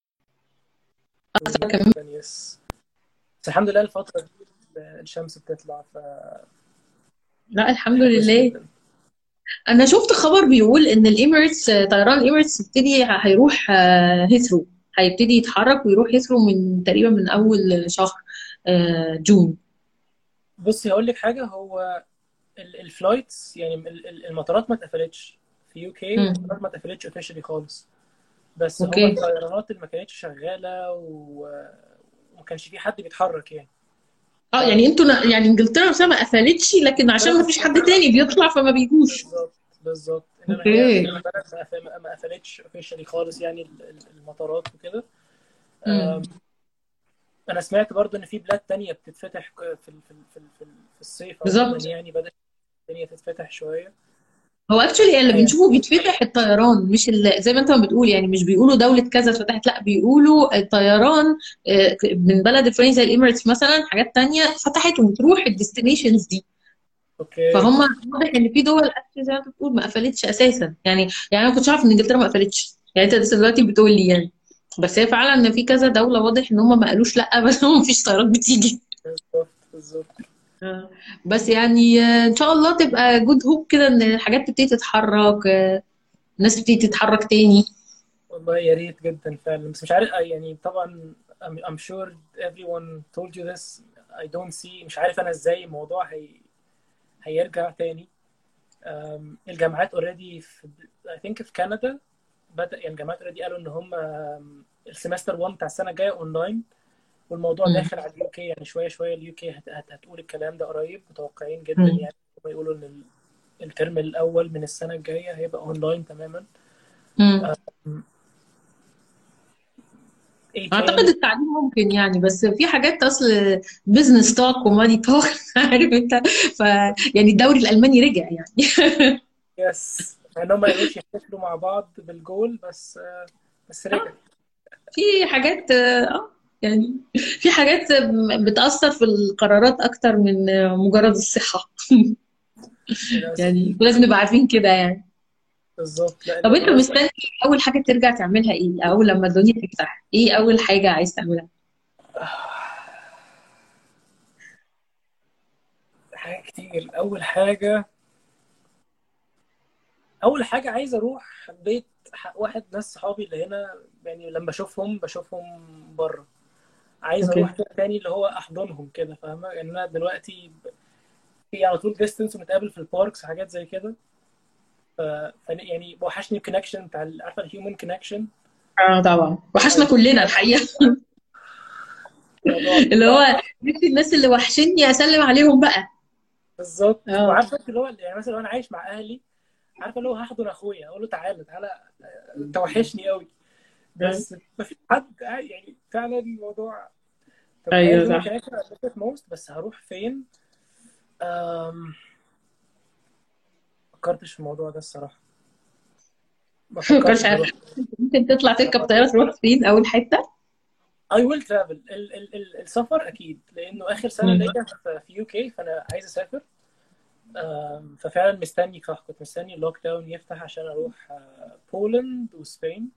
جميل كمان. جدا، يس. بس الحمد لله الفترة دي الشمس بتطلع، لا الحمد حاجة كويسة لله. جدا. انا شفت خبر بيقول ان الاميريتس طيران الاميريتس يبتدي هيروح هيثرو. هيبتدي يتحرك ويروح هيثرو من تقريبا من اول شهر جون. بصي هقول لك حاجة، هو الفلايتس يعني المطارات ما اتقفلتش في يو كي، مم. المطارات ما اتقفلتش اوفيشلي خالص. بس هو اوكي. الطيرانات اللي ما كانتش شغالة وما كانش في حد بيتحرك يعني. اه يعني انتوا يعني انجلترا نفسها ما قفلتش لكن عشان ما فيش حد تاني بيطلع فما بيجوش. بالظبط بالظبط، انما هي اوكي. البلد ما قفلتش اوفيشلي خالص يعني المطارات وكده. امم. أم، انا سمعت برضو ان في بلاد تانية بتتفتح في الصيف عموما، بالظبط. يعني بدأت الدنيا تتفتح شوية. هو اكشولي اللي يعني بنشوفه بيتفتح الطيران مش زي ما انت ما بتقول يعني مش بيقولوا دولة كذا اتفتحت لا بيقولوا الطيران من بلد الفلاني زي الاميريتس مثلا حاجات تانية فتحت وبتروح الديستنيشنز دي. اوكي. فهم واضح ان في دول اكشلي زي ما انت بتقول ما قفلتش اساسا يعني انا ما كنتش عارف ان انجلترا ما قفلتش يعني انت لسه دلوقتي بتقول لي يعني. بس هي فعلا ان في كذا دولة واضح ان هم ما قالوش لا بس هم مفيش طيارات بتيجي. بالظبط بالظبط. آه. بس يعني ان شاء الله تبقى جود هوب كده ان الحاجات تبتدي تتحرك الناس تبتدي تتحرك تاني. والله يا ريت جدا فعلا، بس مش عارف يعني طبعا. I'm sure everyone told you this. I don't see، مش عارف انا ازاي الموضوع هيرجع تاني. الجامعات اوريدي في I think في كندا بدأ، يعني الجامعات اوريدي قالوا ان هم السمستر 1 بتاع السنة الجاية اونلاين، والموضوع مم. داخل على اليو كي يعني شوية شوية. اليو كي هتقول الكلام ده قريب، متوقعين جدا مم. يعني. هم يقولوا ان الترم الاول من السنة الجاية هيبقى اونلاين تماما. مم. ايه اعتقد تاني؟ التعليم ممكن يعني بس في حاجات اصل بزنس توك وماني توك عارف انت. ف يعني الدوري الالماني رجع يعني. يس، مع انهم ما قدروش يحتفلوا مع بعض بالجول، بس رجع. في حاجات يعني في حاجات بتأثر في القرارات أكتر من مجرد الصحة. للاسف. يعني لازم نبقى عارفين كده يعني. بالظبط، لا طب أنت الوضع مستني أول حاجة ترجع تعملها إيه؟ أول لما الدنيا تفتح إيه أول حاجة عايز تعملها؟ حاجات كتير. اول حاجه عايز اروح بيت واحد ناس صحابي اللي هنا، يعني لما بشوفهم بره. عايز اوكي. اروح كده تاني اللي هو احضنهم كده، فاهمه؟ يعني انا دلوقتي في على طول ديستنس ونتقابل في الباركس وحاجات زي كده. يعني وحشني الكونكشن بتاع عارفه الهيومن كونكشن. اه طبعا وحشنا كلنا الحقيقة. الموضوع اللي هو نفسي الناس اللي وحشني أسلم عليهم بقى. بالظبط. اه. وعارفه اللي هو يعني مثلا لو انا عايش مع اهلي، عارفه اللي هو هحضن اخويا اقول له تعالى تعالى، انت وحشني قوي. بس ما فيش حد يعني فعلا الموضوع. طب هي ايوه الهيومن صح. كونكشن موست، بس هروح فين؟ أم... فكرتش في الموضوع ده الصراحه. ما مش فكرتش عارفة اروح. ممكن تطلع تركب طيارة تروح فين أول حتة؟ I will travel. السفر اكيد، لانه اخر سنه مم. ليا في يو كي، فانا عايز اسافر. ففعلا مستني، صح، كنت مستني اللوك داون يفتح عشان اروح بولند وسبين.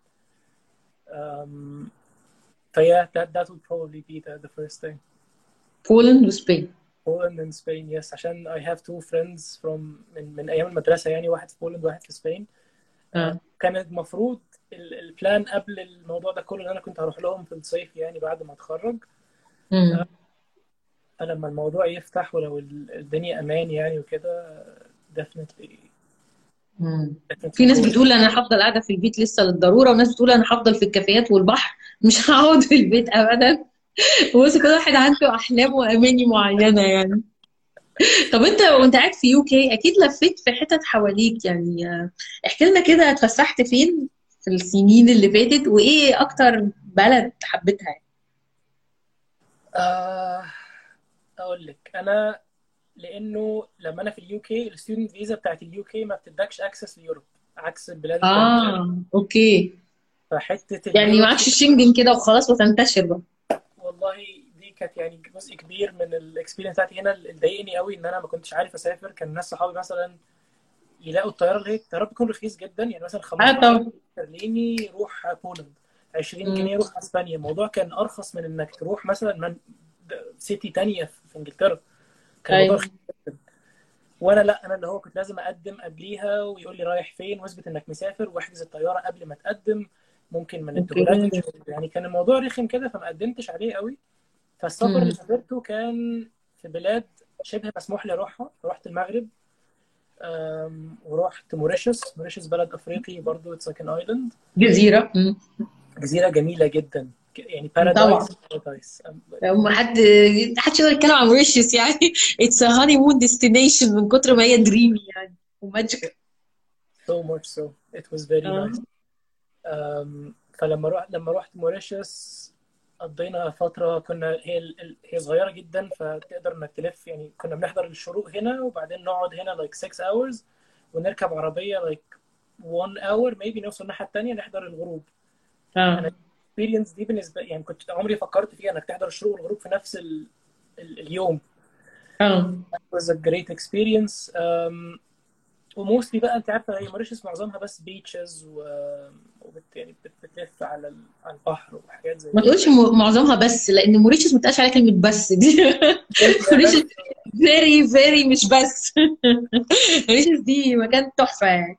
فيا that would probably be the first thing. بولند وسبين. Poland and Spain, yes. عشان I have two friends from من أيام المدرسة، يعني واحد في بولند وواحد في سبين. اه. كانت المفروض البلان قبل الموضوع ده كله إن أنا كنت هروح لهم في الصيف يعني بعد ما أتخرج. مم. فلما الموضوع يفتح ولو الدنيا أمان يعني وكده، definitely مم. في definitely ناس go. بتقول انا هفضل قاعده في البيت لسه للضروره وناس بتقول انا هفضل في الكافيهات والبحر مش هقعد في البيت ابدا. بص كل واحد عنده احلام واماني معينه يعني. طب انت وانت قاعد في يو كي اكيد لفيت في حتت حواليك يعني، احكي لنا كده اتفسحت فين في السنين اللي فاتت، وايه اكتر بلد حبيتها؟ آه اقول لك انا، لانه لما انا في اليو كي الستودنت فيزا بتاعت اليو كي ما بتدكش اكسس ليوروب عكس البلاد التانية. اوكي. فحته يعني اليوروب معكش الشنجن كده وخلاص وتنتشر بقى. والله دي كانت يعني جزء كبير من الاكسبيرينس بتاعتي هنا. اللي ضايقني قوي ان انا ما كنتش عارف اسافر. كان ناس صحابي مثلا يلاقوا الطياره، اللي هي الطياره بتكون رخيص جدا، يعني مثلا اه 15 طبعا. استرليني روح بولند، 20 مم. جنيه روح اسبانيا. الموضوع كان ارخص من انك تروح مثلا سيتي تانية في انجلترا. كان الموضوع ايوه. رخيص جدا. وانا لا، انا اللي هو كنت لازم اقدم قبليها ويقول لي رايح فين واثبت انك مسافر واحجز الطياره قبل ما تقدم، ممكن ما اوكي. نديهولكش. يعني كان الموضوع رخم كده، فما قدمتش عليه قوي. فالسفر اللي مم. سافرته كان في بلاد شبه مسموح لي اروحها. رحت المغرب، ورحت موريشيوس. موريشيوس بلد افريقي برضو، اتس لايك ان ايلاند. جزيرة. جزيره جميله جدا، يعني بارادايس. طبعا. بارادايس. هم حد يقدر يتكلم عن موريشيوس يعني. اتس هاني مون ديستنيشن من كتر ما هي دريمي يعني وماجيكال. so much so it was very اه. nice. لما رحت موريشيوس قضينا فترة. كنا هي صغيرة جدا، فتقدر انك تلف. يعني كنا بنحضر الشروق هنا وبعدين نقعد هنا like 6 hours، ونركب عربية like 1 hour maybe نوصل الناحية التانية نحضر الغروب. انا اه. الاكسبيرينس دي بالنسبة يعني كنت عمري فكرت فيها انك تحضر الشروق والغروب في نفس اليوم. اه. It was a great experience. وموستلي بقى انت عارفه، هي موريشيوس معظمها بس بيتشز يعني بتلف على البحر وحاجات زي ما كده. تقولش معظمها بس، لان موريشيوس ما تقاش عليها كلمة بس دي. هي موريشيوس بس فيري فيري مش بس. موريشيوس دي مكان تحفة يعني.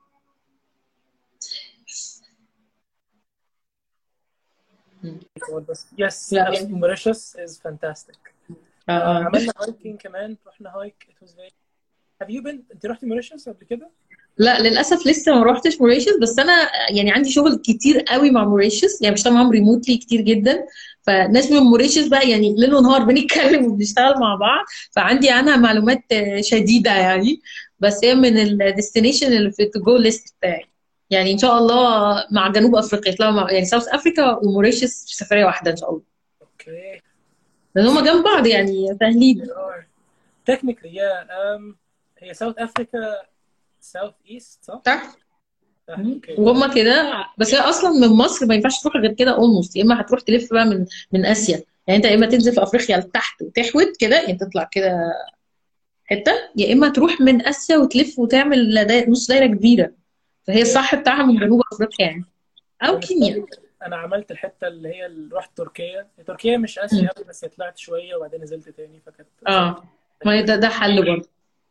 بس يس لا ابس يعني. موريشيوس از فانتاستيك. اه. اه. عملنا هايكنج كمان، رحنا هايك. ات واز فيري. هاف يو بين، انت رحتي موريشيوس قبل كده؟ لا للاسف لسه ما روحتش موريشيوس، بس انا يعني عندي شغل كتير قوي مع موريشيوس، يعني بشتغل معاهم ريموتلي كتير جدا. فناس من موريشيوس بقى يعني ليل ونهار بنتكلم وبنشتغل مع بعض، فعندي عنها معلومات شديدة يعني. بس هي من الديستنيشن اللي في التو جو ليست بتاعي. يعني ان شاء الله مع جنوب افريقيا يطلعوا يعني ساوث افريكا وموريشيوس في سفرية واحدة ان شاء الله. اوكي. لان هما جنب بعض يعني they سهلين. are technically yeah. هي ساوث افريكا ساوث ايست صح؟ صح؟ صح اوكي. وهما كده. بس هي اصلا من مصر ما ينفعش تروح غير كده اولموست، يا اما هتروح تلف بقى من اسيا. يعني انت يا اما تنزل في افريقيا لتحت وتحود كده يعني تطلع كده حته، يا اما تروح من اسيا وتلف وتعمل نص دايره كبيره. فهي اوكي. الصح بتاعها من جنوب افريقيا يعني، او بالنسبه كينيا. لي انا عملت الحته اللي هي اللي رحت تركيا. تركيا مش اسيا قوي، بس طلعت شويه وبعدين نزلت تاني، فكانت ظريفه. اه. ما هي ده حل برضه.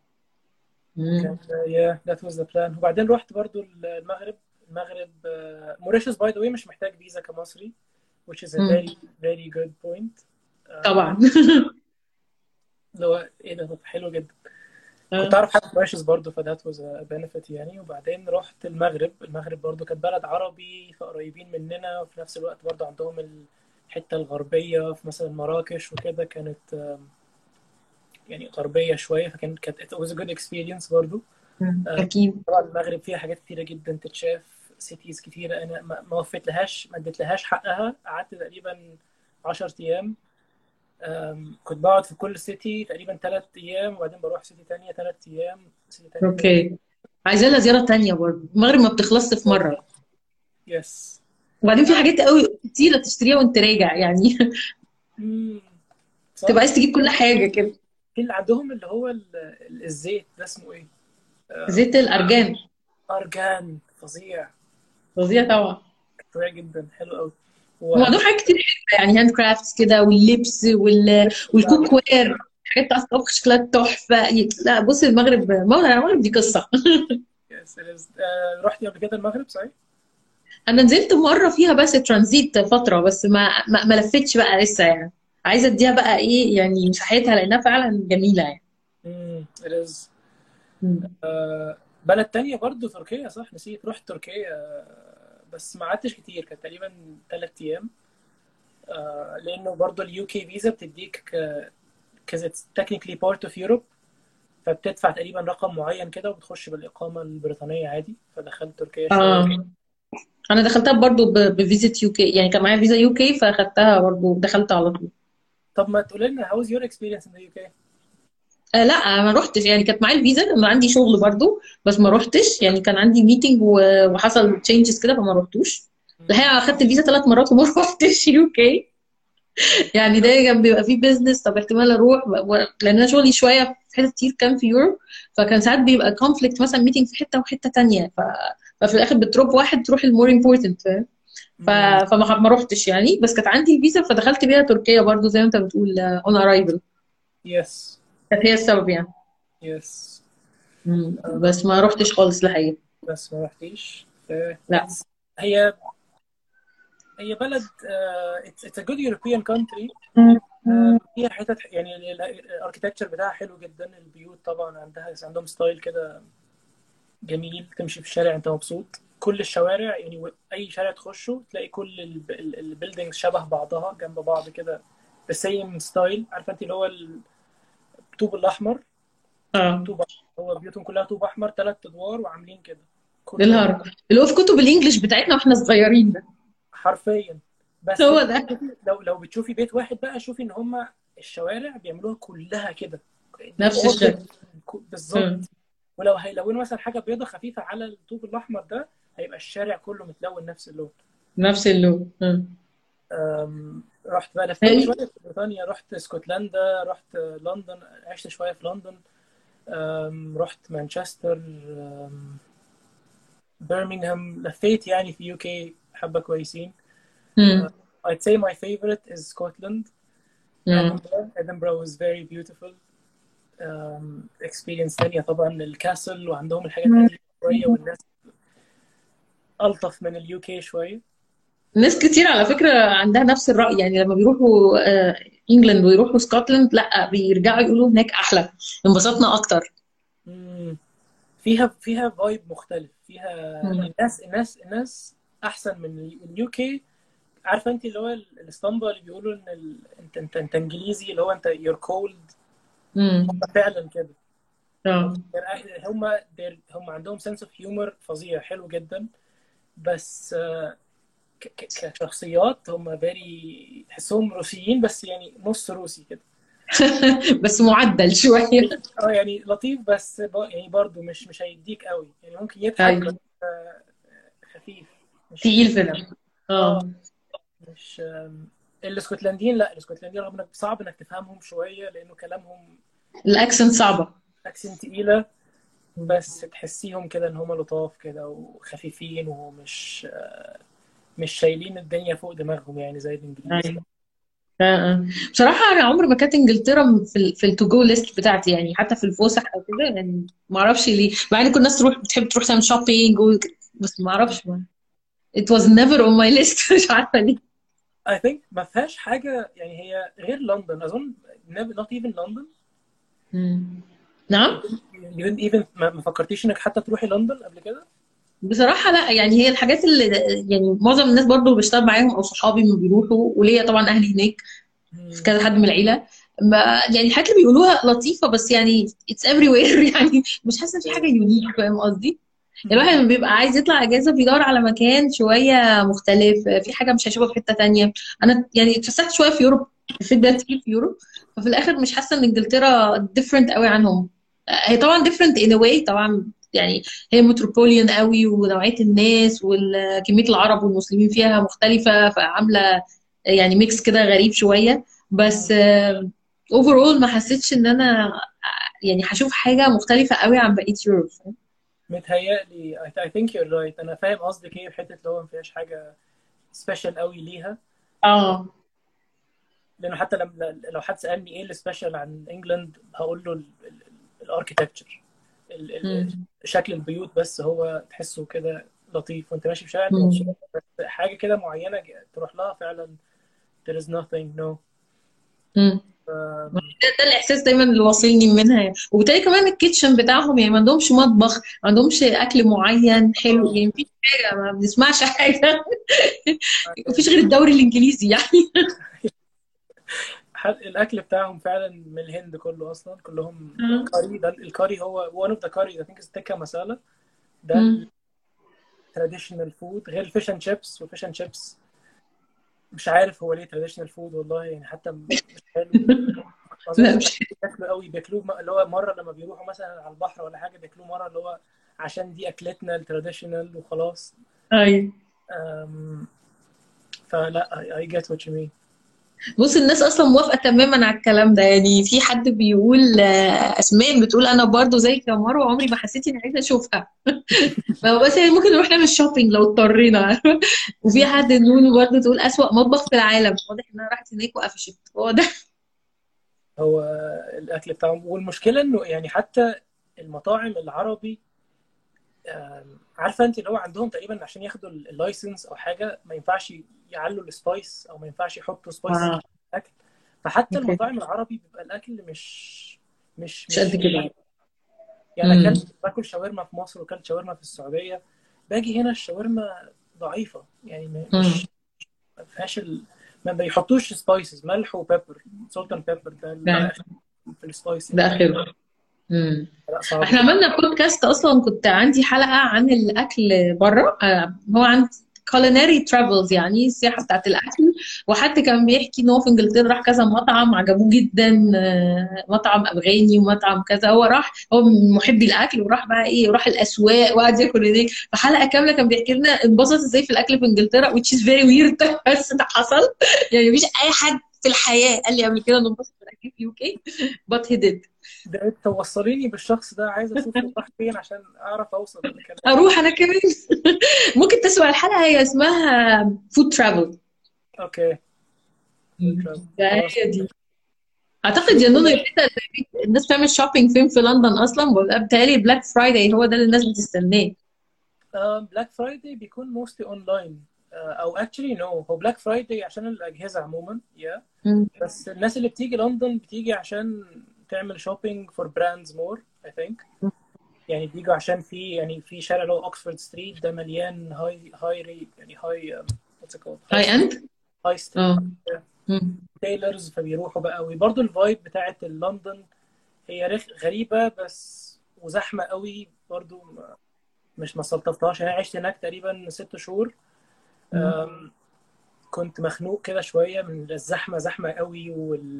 كان yeah that was the plan. وبعدين رحت برضو المغرب. المغرب موريشيوس باي ذا واي مش محتاج فيزا كمصري which is a مم. very very good point. طبعا. اللي هو ايه ده، طب حلو جدا. كنت اه. اعرف حد في موريشيوس برضو، فذات was a benefit يعني. وبعدين رحت المغرب. المغرب برضو كانت بلد عربي فقريبين مننا، وفي نفس الوقت برضو عندهم الحتة الغربية في مثلا مراكش وكده. كانت يعني غربية شوية، كانت it was a good experience برضو. اكيد. طبعا المغرب فيها حاجات كتيرة جدا تتشاف، سيتيز كتيرة. أنا ما وفيت لهاش، ما اديت لهاش حقها. قعدت تقريبا 10 أيام. كنت بقعد في كل سيتي تقريبا 3 أيام، وبعدين بروح سيتي تانية 3 أيام، سيتي تانية 3 أيام. اوكي. عايزة لها زيارة تانية برضه، المغرب ما بتخلصش في مرة. يس. وبعدين في حاجات قوي كتيرة تشتريها وانت راجع يعني. امم تبقى صح. عايز تجيب كل حاجة كده. في اللي عندهم اللي هو الزيت ده اسمه ايه؟ زيت الأرجان. أرجان فظيع. فظيع طبعا. فظيع جدا، حلو قوي. هم عندهم وعندهم حاجات كتير حلوة يعني، هاند كرافتس كده واللبس والكوك وير. حاجات بتاعت طبخ شكلها تحفة. لا بص المغرب، المغرب دي قصة. يس رحتي قبل كده المغرب صحيح؟ أنا نزلت مرة فيها بس ترانزيت فترة، بس ما لفتش بقى لسه يعني. عايزة اديها بقى ايه يعني مساحتها، لأنها فعلا جميلة يعني. it is. مم. بلد تانية برضو تركيا صح، نسيت. رحت تركيا بس ما قعدتش كتير، كانت تقريبا 3 أيام. لأنه برضو اليو كي فيزا بتديك كذا technically part of Europe. فبتدفع تقريبا رقم معين كده وبتخش بالإقامة البريطانية عادي. فدخلت تركيا شوية. اه انا دخلتها برضو بفيزا يو كي، يعني كان معايا فيزا يو كي فاخدتها برضو دخلت على طول. طب ما تقول لنا how's your experience in the UK؟ لا ما روحتش، يعني كانت معايا الفيزا، كان عندي شغل برضو بس ما روحتش، يعني كان عندي ميتنج وحصل تشينجز كده فما روحتوش. الحقيقه اخدت الفيزا 3 مرات وما روحتش يو كي. يعني ده كان بيبقى فيه بيزنس، طب احتمال اروح لان انا شغلي شويه في حته كتير كان في يوروب، فكان ساعات بيبقى كونفليكت مثلا ميتنج في حته وحته تانية ففي الاخر بتروح واحد تروح المور امبورتنت. فما ما روحتش يعني، بس كانت عندي الفيزا فدخلت بيها تركيا برضو زي ما انت بتقول اون ارايفل. يس. كانت هي السبب يعني. يس. بس ما روحتش خالص الحقيقه. بس ما رحتيش. لا. هي هي بلد it's a good European country. فيها حتت يعني الاركتكتشر بتاعها حلو جدا. البيوت طبعا عندهم ستايل كده جميل. تمشي في الشارع انت مبسوط. كل الشوارع يعني اي شارع تخشه تلاقي كل البيلدينجز شبه بعضها جنب بعض كده. the same ستايل. عارفه انت اللي هو الطوب الاحمر. اه طوب هو بيوتهم كلها طوب احمر 3 ادوار وعاملين كده كله جنب. الهرم اللي هو في كتب الانجليش بتاعتنا واحنا صغيرين ده. حرفيا. بس هو ده. لو بتشوفي بيت واحد بقى شوفي ان هم الشوارع بيعملوها كلها كده. نفس واضح الشكل. بالظبط. ولو هيلونوا مثلا حاجه بيضه خفيفه على الطوب الاحمر ده هيبقى الشارع كله متلون نفس اللون. نفس اللون. رحت بقى لفيت شويه في بريطانيا. رحت اسكتلندا. رحت لندن. عشت شويه في لندن. رحت مانشستر. برمنغهام. لفيت يعني في UK حبه كويسين. I'd say my favorite is Scotland. Edinburgh was very beautiful. experience تانية طبعا الكاسل وعندهم الحاجات قديمة شوية والناس ألطف من UK شوية. ناس كتير على فكرة عندها نفس الرأي، يعني لما بيروحوا انجلاند ويروحوا اسكتلند لا بيرجعوا يقولوا هناك احلى، انبسطنا اكتر. فيها فايب مختلف. فيها مم. الناس احسن من UK. عارفه انت اللي هو الاسطمبة اللي بيقولوا ان انت انجليزي اللي هو انت you're cold. هم فعلا كده. اه هم هم عندهم sense of humor فظيع حلو جدا. بس كشخصيات هم فيري تحسهم روسيين بس يعني نص روسي كده. بس معدل شوية. اه يعني لطيف بس يعني برضه مش هيديك قوي يعني ممكن يضحك بس ايوه خفيف. مش تقيل في ده. اه اه مش الاسكتلنديين لا. الاسكتلنديين رغم انك صعب انك تفهمهم شويه لانه كلامهم الاكسنت صعبة. اكسنت تقيله. بس تحسيهم كده ان هم لطاف كده وخفيفين ومش مش شايلين الدنيا فوق دماغهم يعني زي الانجليز. ايوه بصراحة أنا عمري ما كانت إنجلترا في التو جو ليست بتاعتي، يعني حتى في الفسح أو كده، يعني ما أعرفش ليه، مع إن كل الناس بتحب تروح تعمل شوبينج بس ما أعرفش it was never on my list. مش عارفة ليه. I think ما فيهاش حاجه يعني هي غير لندن اظن. not even لندن. نعم. ما فكرتيش انك حتى تروحي لندن قبل كده؟ بصراحة لا، يعني هي الحاجات اللي يعني معظم الناس برضو اللي بشتغل معاهم أو صحابي ما بيروحوا، وليا طبعا أهلي هناك في كذا حد من العيلة، ما يعني الحاجات اللي بيقولوها لطيفة بس يعني it's everywhere. يعني مش حاسة في حاجة يونيك، فاهم قصدي؟ الواحد لما بيبقى عايز يطلع اجازه بيدور على مكان شويه مختلف، في حاجه مش هيشوفها في حته تانية. انا يعني اتفسحت شويه في يوروب، في ده كتير في يوروب، ففي الاخر مش حاسه ان انجلترا ديفرنت قوي عنهم. هي طبعا ديفرنت ان واي طبعا، يعني هي متروبوليان قوي ونوعيه الناس وكميه العرب والمسلمين فيها مختلفه، فعامله يعني ميكس كده غريب شويه. بس اوفرول ما حسيتش ان انا يعني هشوف حاجه مختلفه قوي عن بقيه يوروب. متهيألي I think you're right. انا فاهم قصدك ايه في حته اللي هو ما فيهاش حاجه سبيشال قوي ليها. اه لانه حتى لو حد سالني ايه السبيشال عن انجلاند هقول له الاركيتكتشر. شكل البيوت بس هو تحسه كده لطيف وانت ماشي في شارع انت مبسوط. بس حاجه كده معينه تروح لها فعلا there is nothing no. امم ده الاحساس دايما اللي واصلني منها يعني. وبالتالي كمان الكيتشن بتاعهم يعني ما عندهمش مطبخ، ما عندهمش اكل معين حلو، يعني مفيش حاجه، ما بنسمعش حاجه. مفيش غير الدوري الانجليزي يعني. الاكل بتاعهم فعلا من الهند كله اصلا، كلهم كاري. ده الكاري هو one of the curries I think is tikka masala. ده مم. التراديشنال فود، غير الفيش اند شيبس. والفيش اند شيبس مش عارف هو ليه تراديشنال فود والله، يعني حتى مش حلو. ما لا اظنش ان مش بياكلوا قوي، بياكلوه اللي هو مره لما بيروحوا مثلا على البحر ولا حاجه، بياكلوه مره اللي هو عشان دي اكلتنا التراديشنال وخلاص. ايوه. أم، فلا I get what you mean. بص الناس اصلا موافقه تماما على الكلام ده، يعني في حد بيقول اسماء بتقول انا برضو زيك يا مروه، عمري ما حسيت اني عايزه اشوفها. بس يعني ممكن نروح نعمل شوبينج لو اضطرينا. وفي حد نونو برضو تقول اسوأ مطبخ في العالم، واضح انها راحت هناك وقفشت هو ده. هو الاكل بتاعهم، والمشكله انه يعني حتى المطاعم العربي، عارفه انت اللي هو عندهم تقريبا عشان ياخدوا اللايسنس او حاجه ما ينفعش يعلوا السبايس او ما ينفعش يحطوا سبايس اه كتير في الاكل. فحتى اوكي. المطاعم العربي بيبقى الاكل مش مش قد فيه. كده. يعني امم. اكلت باكل شاورما في مصر وكلت شاورما في السعوديه، باجي هنا الشاورما ضعيفه، يعني امم. مش ما فيهاش ما بيحطوش سبايسز، ملح وبيبر، سولت اند بيبر، ده فعلا. آخر في السبايسنج ده يعني. اخره. امم. لا صعب احنا جدا. عملنا بودكاست اصلا، كنت عندي حلقه عن الاكل بره، هو عن culinary travels يعني السياحه بتاعت الاكل. وحد كان بيحكي ان هو في انجلترا راح كذا مطعم عجبوه جدا، مطعم افغاني ومطعم كذا، هو راح هو من محبي الاكل وراح بقى ايه، وراح الاسواق وقعد ياكل هناك. فحلقه كامله كان بيحكي لنا انبسط ازاي في الاكل في انجلترا which is very weird. بس ده حصل. يعني مفيش اي حد في الحياه قال لي قبل كده انه انبسط في الاكل في يو كي but he did. ده انت توصليني بالشخص ده، عايز اشوفه راح فين عشان اعرف اوصل لكلامه. اروح انا كمان. ممكن تسمع الحلقه، هي اسمها فود ترافل. اوكي. ده خلاص. هي دي. اعتقد شوف يا نونو كده. يبقى انت الناس بتعمل شوبينج فين في لندن اصلا، بيبقى بتهيألي بلاك فرايداي هو ده اللي الناس بتستناه. بلاك فرايداي بيكون موستلي اونلاين، او اكشلي نو، هو بلاك فرايداي عشان الاجهزه عموما يا مم. بس الناس اللي بتيجي لندن بتيجي عشان تعمل شوبينج فور براندز مور اي ثينك. يعني بيجوا عشان في شارع اللي هو اوكسفورد ستريت، ده مليان يعني هاي واتس كولد هاي اند. هاي ستريت اه. مم. تايلرز. فبيروحوا بقى، وبرضه الفايب بتاعت لندن هي غريبه بس وزحمه قوي برضه. مش ما استلطفتهاش، انا عشت هناك تقريبا 6 شهور. مم. كنت مخنوق كده شويه من الزحمه، زحمه قوي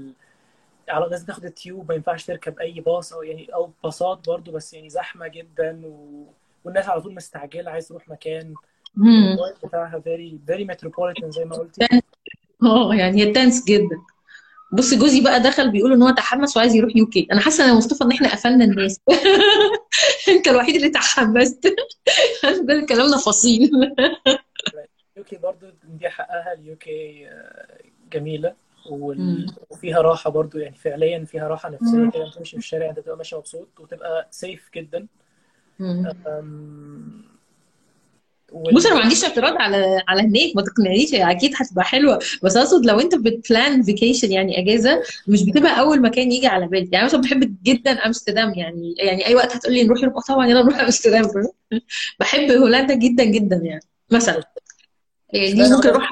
لازم تاخد التيوب، ما ينفعش تركب اي باص او يعني او باصات برضو، بس يعني زحمه جدا والناس على طول مستعجله عايز تروح مكان. مم. الفايب بتاعها very metropolitan زي ما قلتي. اه يعني هي تنس جدا. بص جوزي بقى دخل بيقول ان هو تحمس وعايز يروح يو كي. انا حاسه يا مصطفى ان احنا قفلنا الناس. انت الوحيد اللي تحمست. ده كلامنا فصيل. اليوكي برضو دي حقها، اليوكي جميله مم. وفيها راحه برضو، يعني فعليا فيها راحه نفسيه كده، تمشي في الشارع انت تبقى ماشي مبسوط وتبقى سيف جدا. مم. أم، بص انا وال ما عنديش اعتراض على هناك، ما تقنعنيش، هي اكيد هتبقى حلوه، بس اقصد لو انت بتبلان فيكيشن يعني اجازه، مش بتبقى اول مكان يجي على بالي. يعني مثلا بحب جدا امستردام، يعني اي وقت هتقولي نروح يبقى طبعا يلا نروح امستردام. بحب هولندا جدا جدا يعني مثلا. يعني دي اشمعنى ممكن هولندا؟ اروح.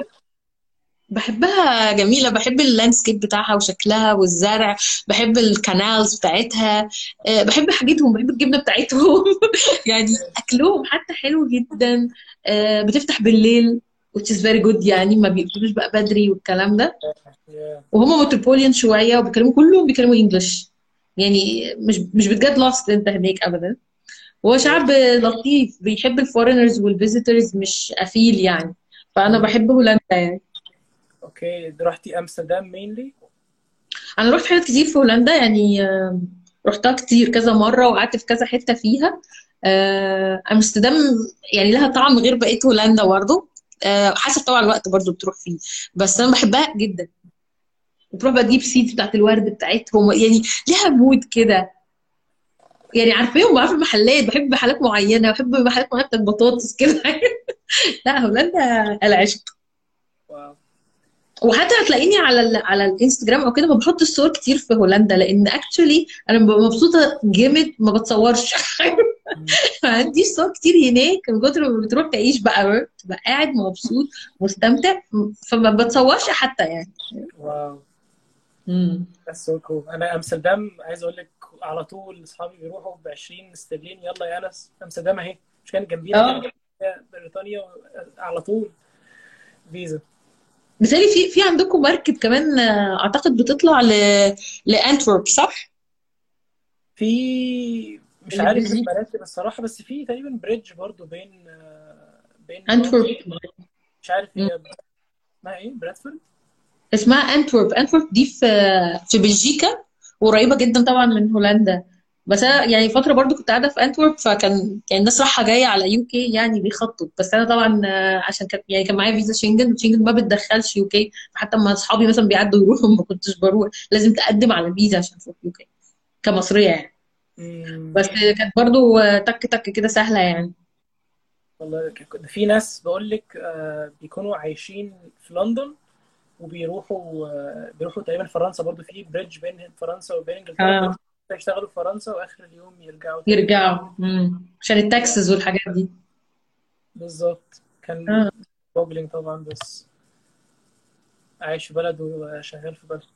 بحبها جميلة، بحب اللاندسكيب بتاعها وشكلها والزرع، بحب الكانالز بتاعتها، بحب حاجتهم، بحب الجبنة بتاعتهم. يعني أكلهم حتى حلو جدا. بتفتح بالليل which is very good، يعني ما بيقفلوش بقى بدري والكلام ده. Yeah. وهم متروبوليان شوية وبيتكلموا كلهم بيتكلموا انجلش. يعني مش بتجد لاست انت هناك ابدا. هو اوكي. شعب لطيف بيحب الفورينرز والفيزيتورز، مش قفيل يعني. فأنا مم. بحب هولندا يعني. اوكي، رحتي امستردام مينلي؟ انا رحت حتت كتير في هولندا يعني، رحتها كتير كذا مره وقعدت في كذا حته فيها. امستردام يعني لها طعم غير بقيه هولندا برضه. حسب طبعا الوقت برضه بتروح فيه. بس انا بحبها جدا. بتروح بقى تجيب سيدز بتاعت الورد بتاعتهم، يعني ليها مود كده. يعني عارفاهم، بعرف المحلات، بحب محلات معينه، بحب محلات معينه بتاعت بطاطس كده. لا هولندا العشق. واو. وحتى هتلاقيني على الانستجرام او كده ما بحطش صور كتير في هولندا، لان اكشولي انا ببقى مبسوطه جامد ما بتصورش. مم. ما عنديش صور كتير هناك، من كتر ما بتروح تعيش بقى تبقى قاعد مبسوط مستمتع، فما بتصورش حتى يعني. واو. امم. بس هو cool. انا امستردام عايز اقول لك على طول اصحابي بيروحوا ب 20 استرلين، يلا يا انس امستردام اهي، مش كانت جنبينا اه، كده بريطانيا على طول فيزا. مثالي في عندكم مركب كمان، اعتقد بتطلع لانتورب، صح؟ في مش اللي في عارف بلجيكا. المراتب الصراحه، بس في تقريبا بريدج برضو بين بين انتورب. مش عارف هي اسمها ايه، برادفورد. اسمها انتورب. انتورب دي في بلجيكا، قريبه جدا طبعا من هولندا. بس انا يعني فتره برضو كنت قاعده في انتورب، كان الناس رايحه جايه على يو كي يعني بيخطط. بس انا طبعا عشان كان معايا فيزا شنجن، وشنجن ما بتدخلش يو كي. فحتى لما اصحابي مثلا بيعدوا يروحوا ما كنتش بروح، لازم تقدم على فيزا عشان تروح يو كي كمصريه يعني. امم. بس كانت برضو تك تك كده سهله يعني. والله في ناس بقول لك بيكونوا عايشين في لندن وبيروحوا بيروحوا تقريبا فرنسا، برضو في بريدج بين فرنسا وبين انجلترا، اه، بيروحوا يشتغلوا في فرنسا واخر اليوم يرجعوا تاني. يرجعوا. عشان التاكسز والحاجات دي. بالظبط. كان اه، جوجلينج طبعا، بس عايش في بلد وشغال في بلد.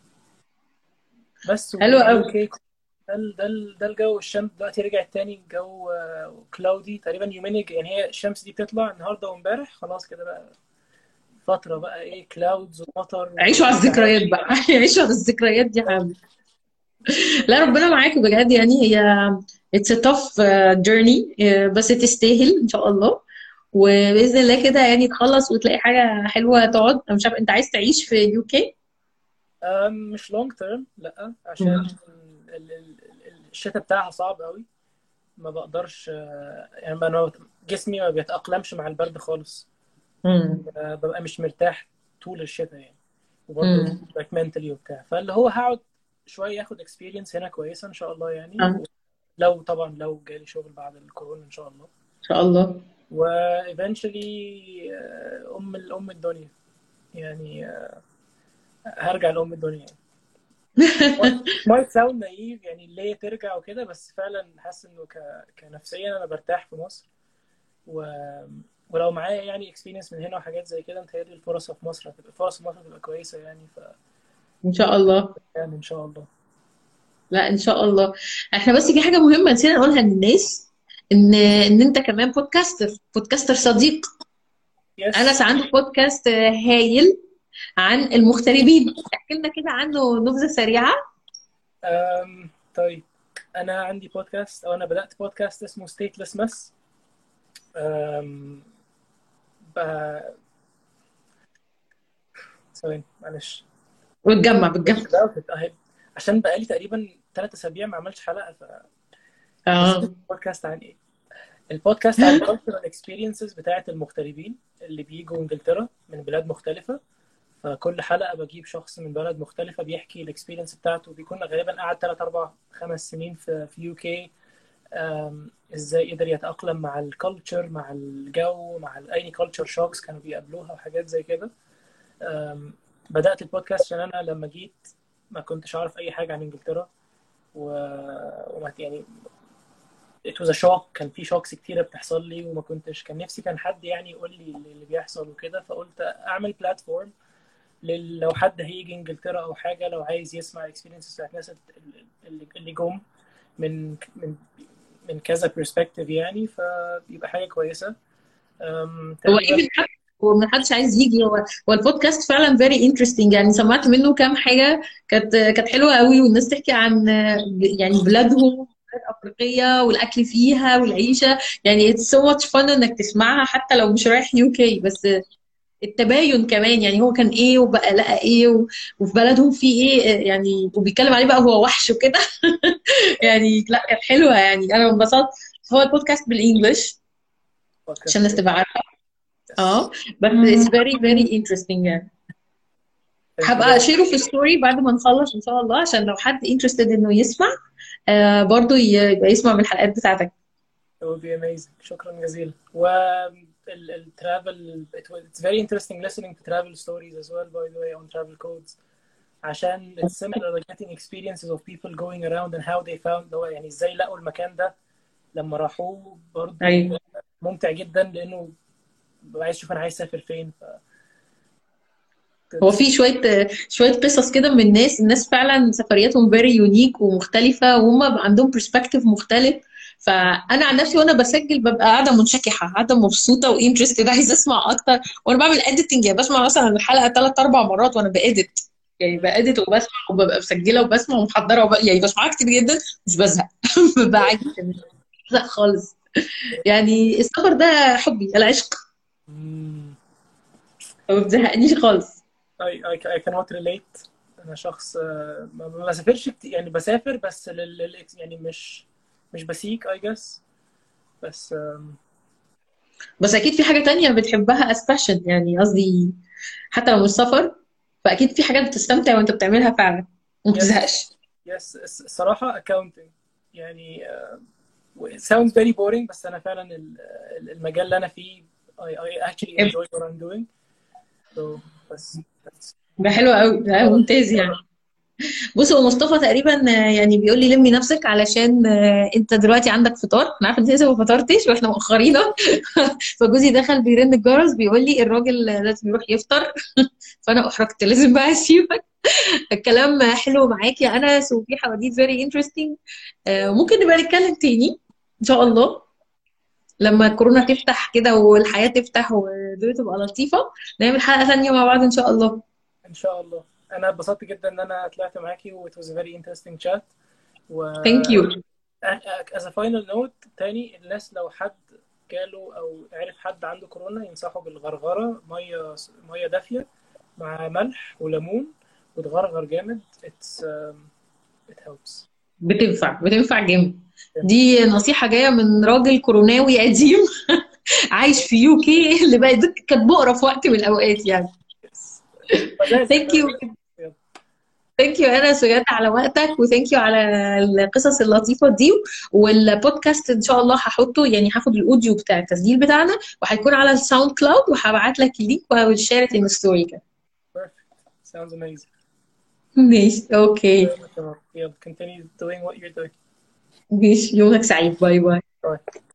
بس حلو ويو قوي. كي ده الجو. الشمس دلوقتي رجعت تاني، الجو كلاودي تقريبا يومين يعني، هي الشمس دي بتطلع النهارده وامبارح، خلاص كده بقى فترة بقى ايه، كلاودز ومطر عيشوا على واشعاع. الذكريات بقى. عيشوا على الذكريات دي يا حبيبي. لا، ربنا معاكم بجد يعني. هي it's a tough journey، بس تستاهل ان شاء الله. وباذن الله كده يعني تخلص وتلاقي حاجه حلوه تقعد. انا مش عارفه انت عايز تعيش في يو كي؟ مش لونج تيرم، لا، عشان الشتاء بتاعها صعب قوي. ما بقدرش يعني جسمي ما بيتأقلمش مع البرد خالص. ببقى مش مرتاح طول الشتاء يعني، وبرضه like mentally وبتاع. فاللي هو هقعد شوية اخد experience هنا كويسة ان شاء الله يعني. ان لو طبعا لو جالي شغل بعد الكورونا ان شاء الله. شاء الله. و eventually ام الدنيا يعني، هرجع لأم الدنيا يعني. مايت ساوند نايف يعني ليه ترجع وكده، بس فعلا حاسس انه كنفسيا انا برتاح في مصر. و... ولو معايا يعني اكسبيرينس من هنا وحاجات زي كده، متهيألي الفرص في مصر هتبقى، فرص في مصر هتبقى كويسة يعني. ان شاء الله. يعني ان شاء الله. لا، ان شاء الله. احنا بس في حاجه مهمه نسينا نقولها للناس، ان انت كمان بودكاستر صديق. يس. انس عنده بودكاست هايل عن المغتربين. احكي لنا كده عنه نبذه سريعه. طيب، انا عندي بودكاست، او انا بدأت بودكاست اسمه ستيتلس مس. أم... ب... ثواني معلش. بتجمع. عشان بقالي تقريبا 3 اسابيع ما عملتش حلقة. بس اه. البودكاست عن ايه؟ البودكاست عن cultural experiences بتاعت المغتربين اللي بيجوا انجلترا من بلاد مختلفة. فكل حلقة بجيب شخص من بلد مختلفة بيحكي الاكسبيرينس بتاعته، بيكون غالبا قعد 3 4 5 سنين في يو كي. ازاي قدر يتأقلم مع الكالتشر، مع الجو، مع اي كالتشر شوكس كانوا بيقابلوها وحاجات زي كده. بدأت البودكاست عشان انا لما جيت ما كنتش اعرف اي حاجة عن انجلترا. و... يعني it was a shock. كان في شوكس كتيرة بتحصل لي، وما كنتش، كان نفسي كان حد يعني يقول لي اللي بيحصل وكده. فقلت اعمل بلاتفورم لو حد هيجي انجلترا او حاجه، لو عايز يسمع الاكسبيرينسز بتاعت ناس اللي جم من من من كذا برسبكتيف يعني، فبيبقى حاجه كويسه. هو تقريبا. ايه حد، هو من حدش عايز يجي. هو البودكاست فعلا فيري انترستنج يعني. سمعت منه كام حاجه كانت حلوه قوي. والناس تحكي عن يعني بلادهم، بلاد افريقيه، والاكل فيها والعيشه. يعني اتس سو ماتش فن انك تسمعها حتى لو مش رايح يو كي. بس التباين كمان يعني، هو كان ايه وبقى لقى ايه وفي بلدهم في ايه يعني، وبيتكلم عليه بقى هو وحش وكده. يعني لا، كانت حلوه يعني، انا انبسطت. هو البودكاست بالانجلش عشان بودكاست الناس بالإنجلش. تبقى عارفه. يس. اه، بس it's very very interesting يعني. ثانك يو هبقى فيري. اشيره في الستوري بعد ما نخلص ان شاء الله، عشان لو حد interested انه يسمع برضو يبقى يسمع من الحلقات بتاعتك. It would be amazing. شكرا جزيلا. و الترافل it's very interesting listening to travel stories as well, by the way, on travel codes. عشان it's similar like getting experiences of people going around and how they found هو يعني ازاي لقوا المكان ده لما راحوه. برضو ايوه. ممتع جدا، لانه ببقى عايز اشوف انا عايز اسافر فين. هو good. في شويه قصص كده من الناس فعلا سفرياتهم فيري يونيك ومختلفه، وهم عندهم برسبكتيف مختلف. فانا عن نفسي وانا بسجل ببقى قاعده منشكحه، قاعده مبسوطه وانترستد، عايزه اسمع اكتر. وانا بعمل اديتنج يعني بسمع مثلا الحلقه 3 4 مرات وانا بادت، يعني بادت وبسمع وببقى مسجله وبسمع ومحضره يعني بسمعها كتير جدا، مش بزهق. ببقى عايزه، مش بزهق خالص. يعني السفر ده حبي العشق، مم. ما بتزهقنيش خالص. I cannot relate. انا شخص ما بسافرش كتير، يعني بسافر بس يعني مش بسيك I guess. بس بس اكيد في حاجة تانية بتحبها as passion، يعني قصدي حتى لو مش سفر، فاكيد في حاجات بتستمتع وانت بتعملها فعلا وما yes بتزهقش. yes الصراحة accounting يعني it sounds very boring، بس انا فعلا المجال اللي انا فيه I actually enjoy what I'm doing. So بس ده حلو قوي، ده آه، ممتاز يعني. بص، هو مصطفى تقريبا يعني بيقول لي لمي نفسك علشان انت دلوقتي عندك فطار، انا عارفه انت لسه ما فطرتش واحنا مأخرينك. فجوزي دخل بيرن الجرس بيقول لي الراجل لازم يروح يفطر. فانا احرجت، لازم بقى اسيبك. الكلام حلو معاك يا انس، وفي حواديت فيري انترستنج. ممكن نبقى نتكلم تاني ان شاء الله لما الكورونا تفتح كده والحياة تفتح والدنيا تبقى لطيفة، نعمل حلقة ثانية مع بعض إن شاء الله. ان شاء الله. انا اتبسطت جدا ان انا طلعت معاكي و it was a very interesting chat. و Thank you. as a final note تاني، الناس لو حد جاله او عرف حد عنده كورونا ينصحوا بالغرغرة، ميه دافية مع ملح وليمون وتغرغر جامد. it helps. بتنفع جامد. دي نصيحة جاية من راجل كوروناوي قديم عايش في يو كي، اللي بقى كانت بقرة في وقت من الأوقات يعني. Yes. مزازة ثانك يو. يلا. ثانك يو انس بجد على وقتك، وثانك يو على القصص اللطيفة دي. والبودكاست ان شاء الله هحطه، يعني هاخد الاوديو بتاع التسجيل بتاعنا وهيكون على الساوند كلاود، وهبعت لك اللينك وشير ان ستوري كده. Perfect. Sounds amazing. ماشي اوكي. يلا continue doing what you're doing. ماشي، يومك سعيد، باي باي. Bye.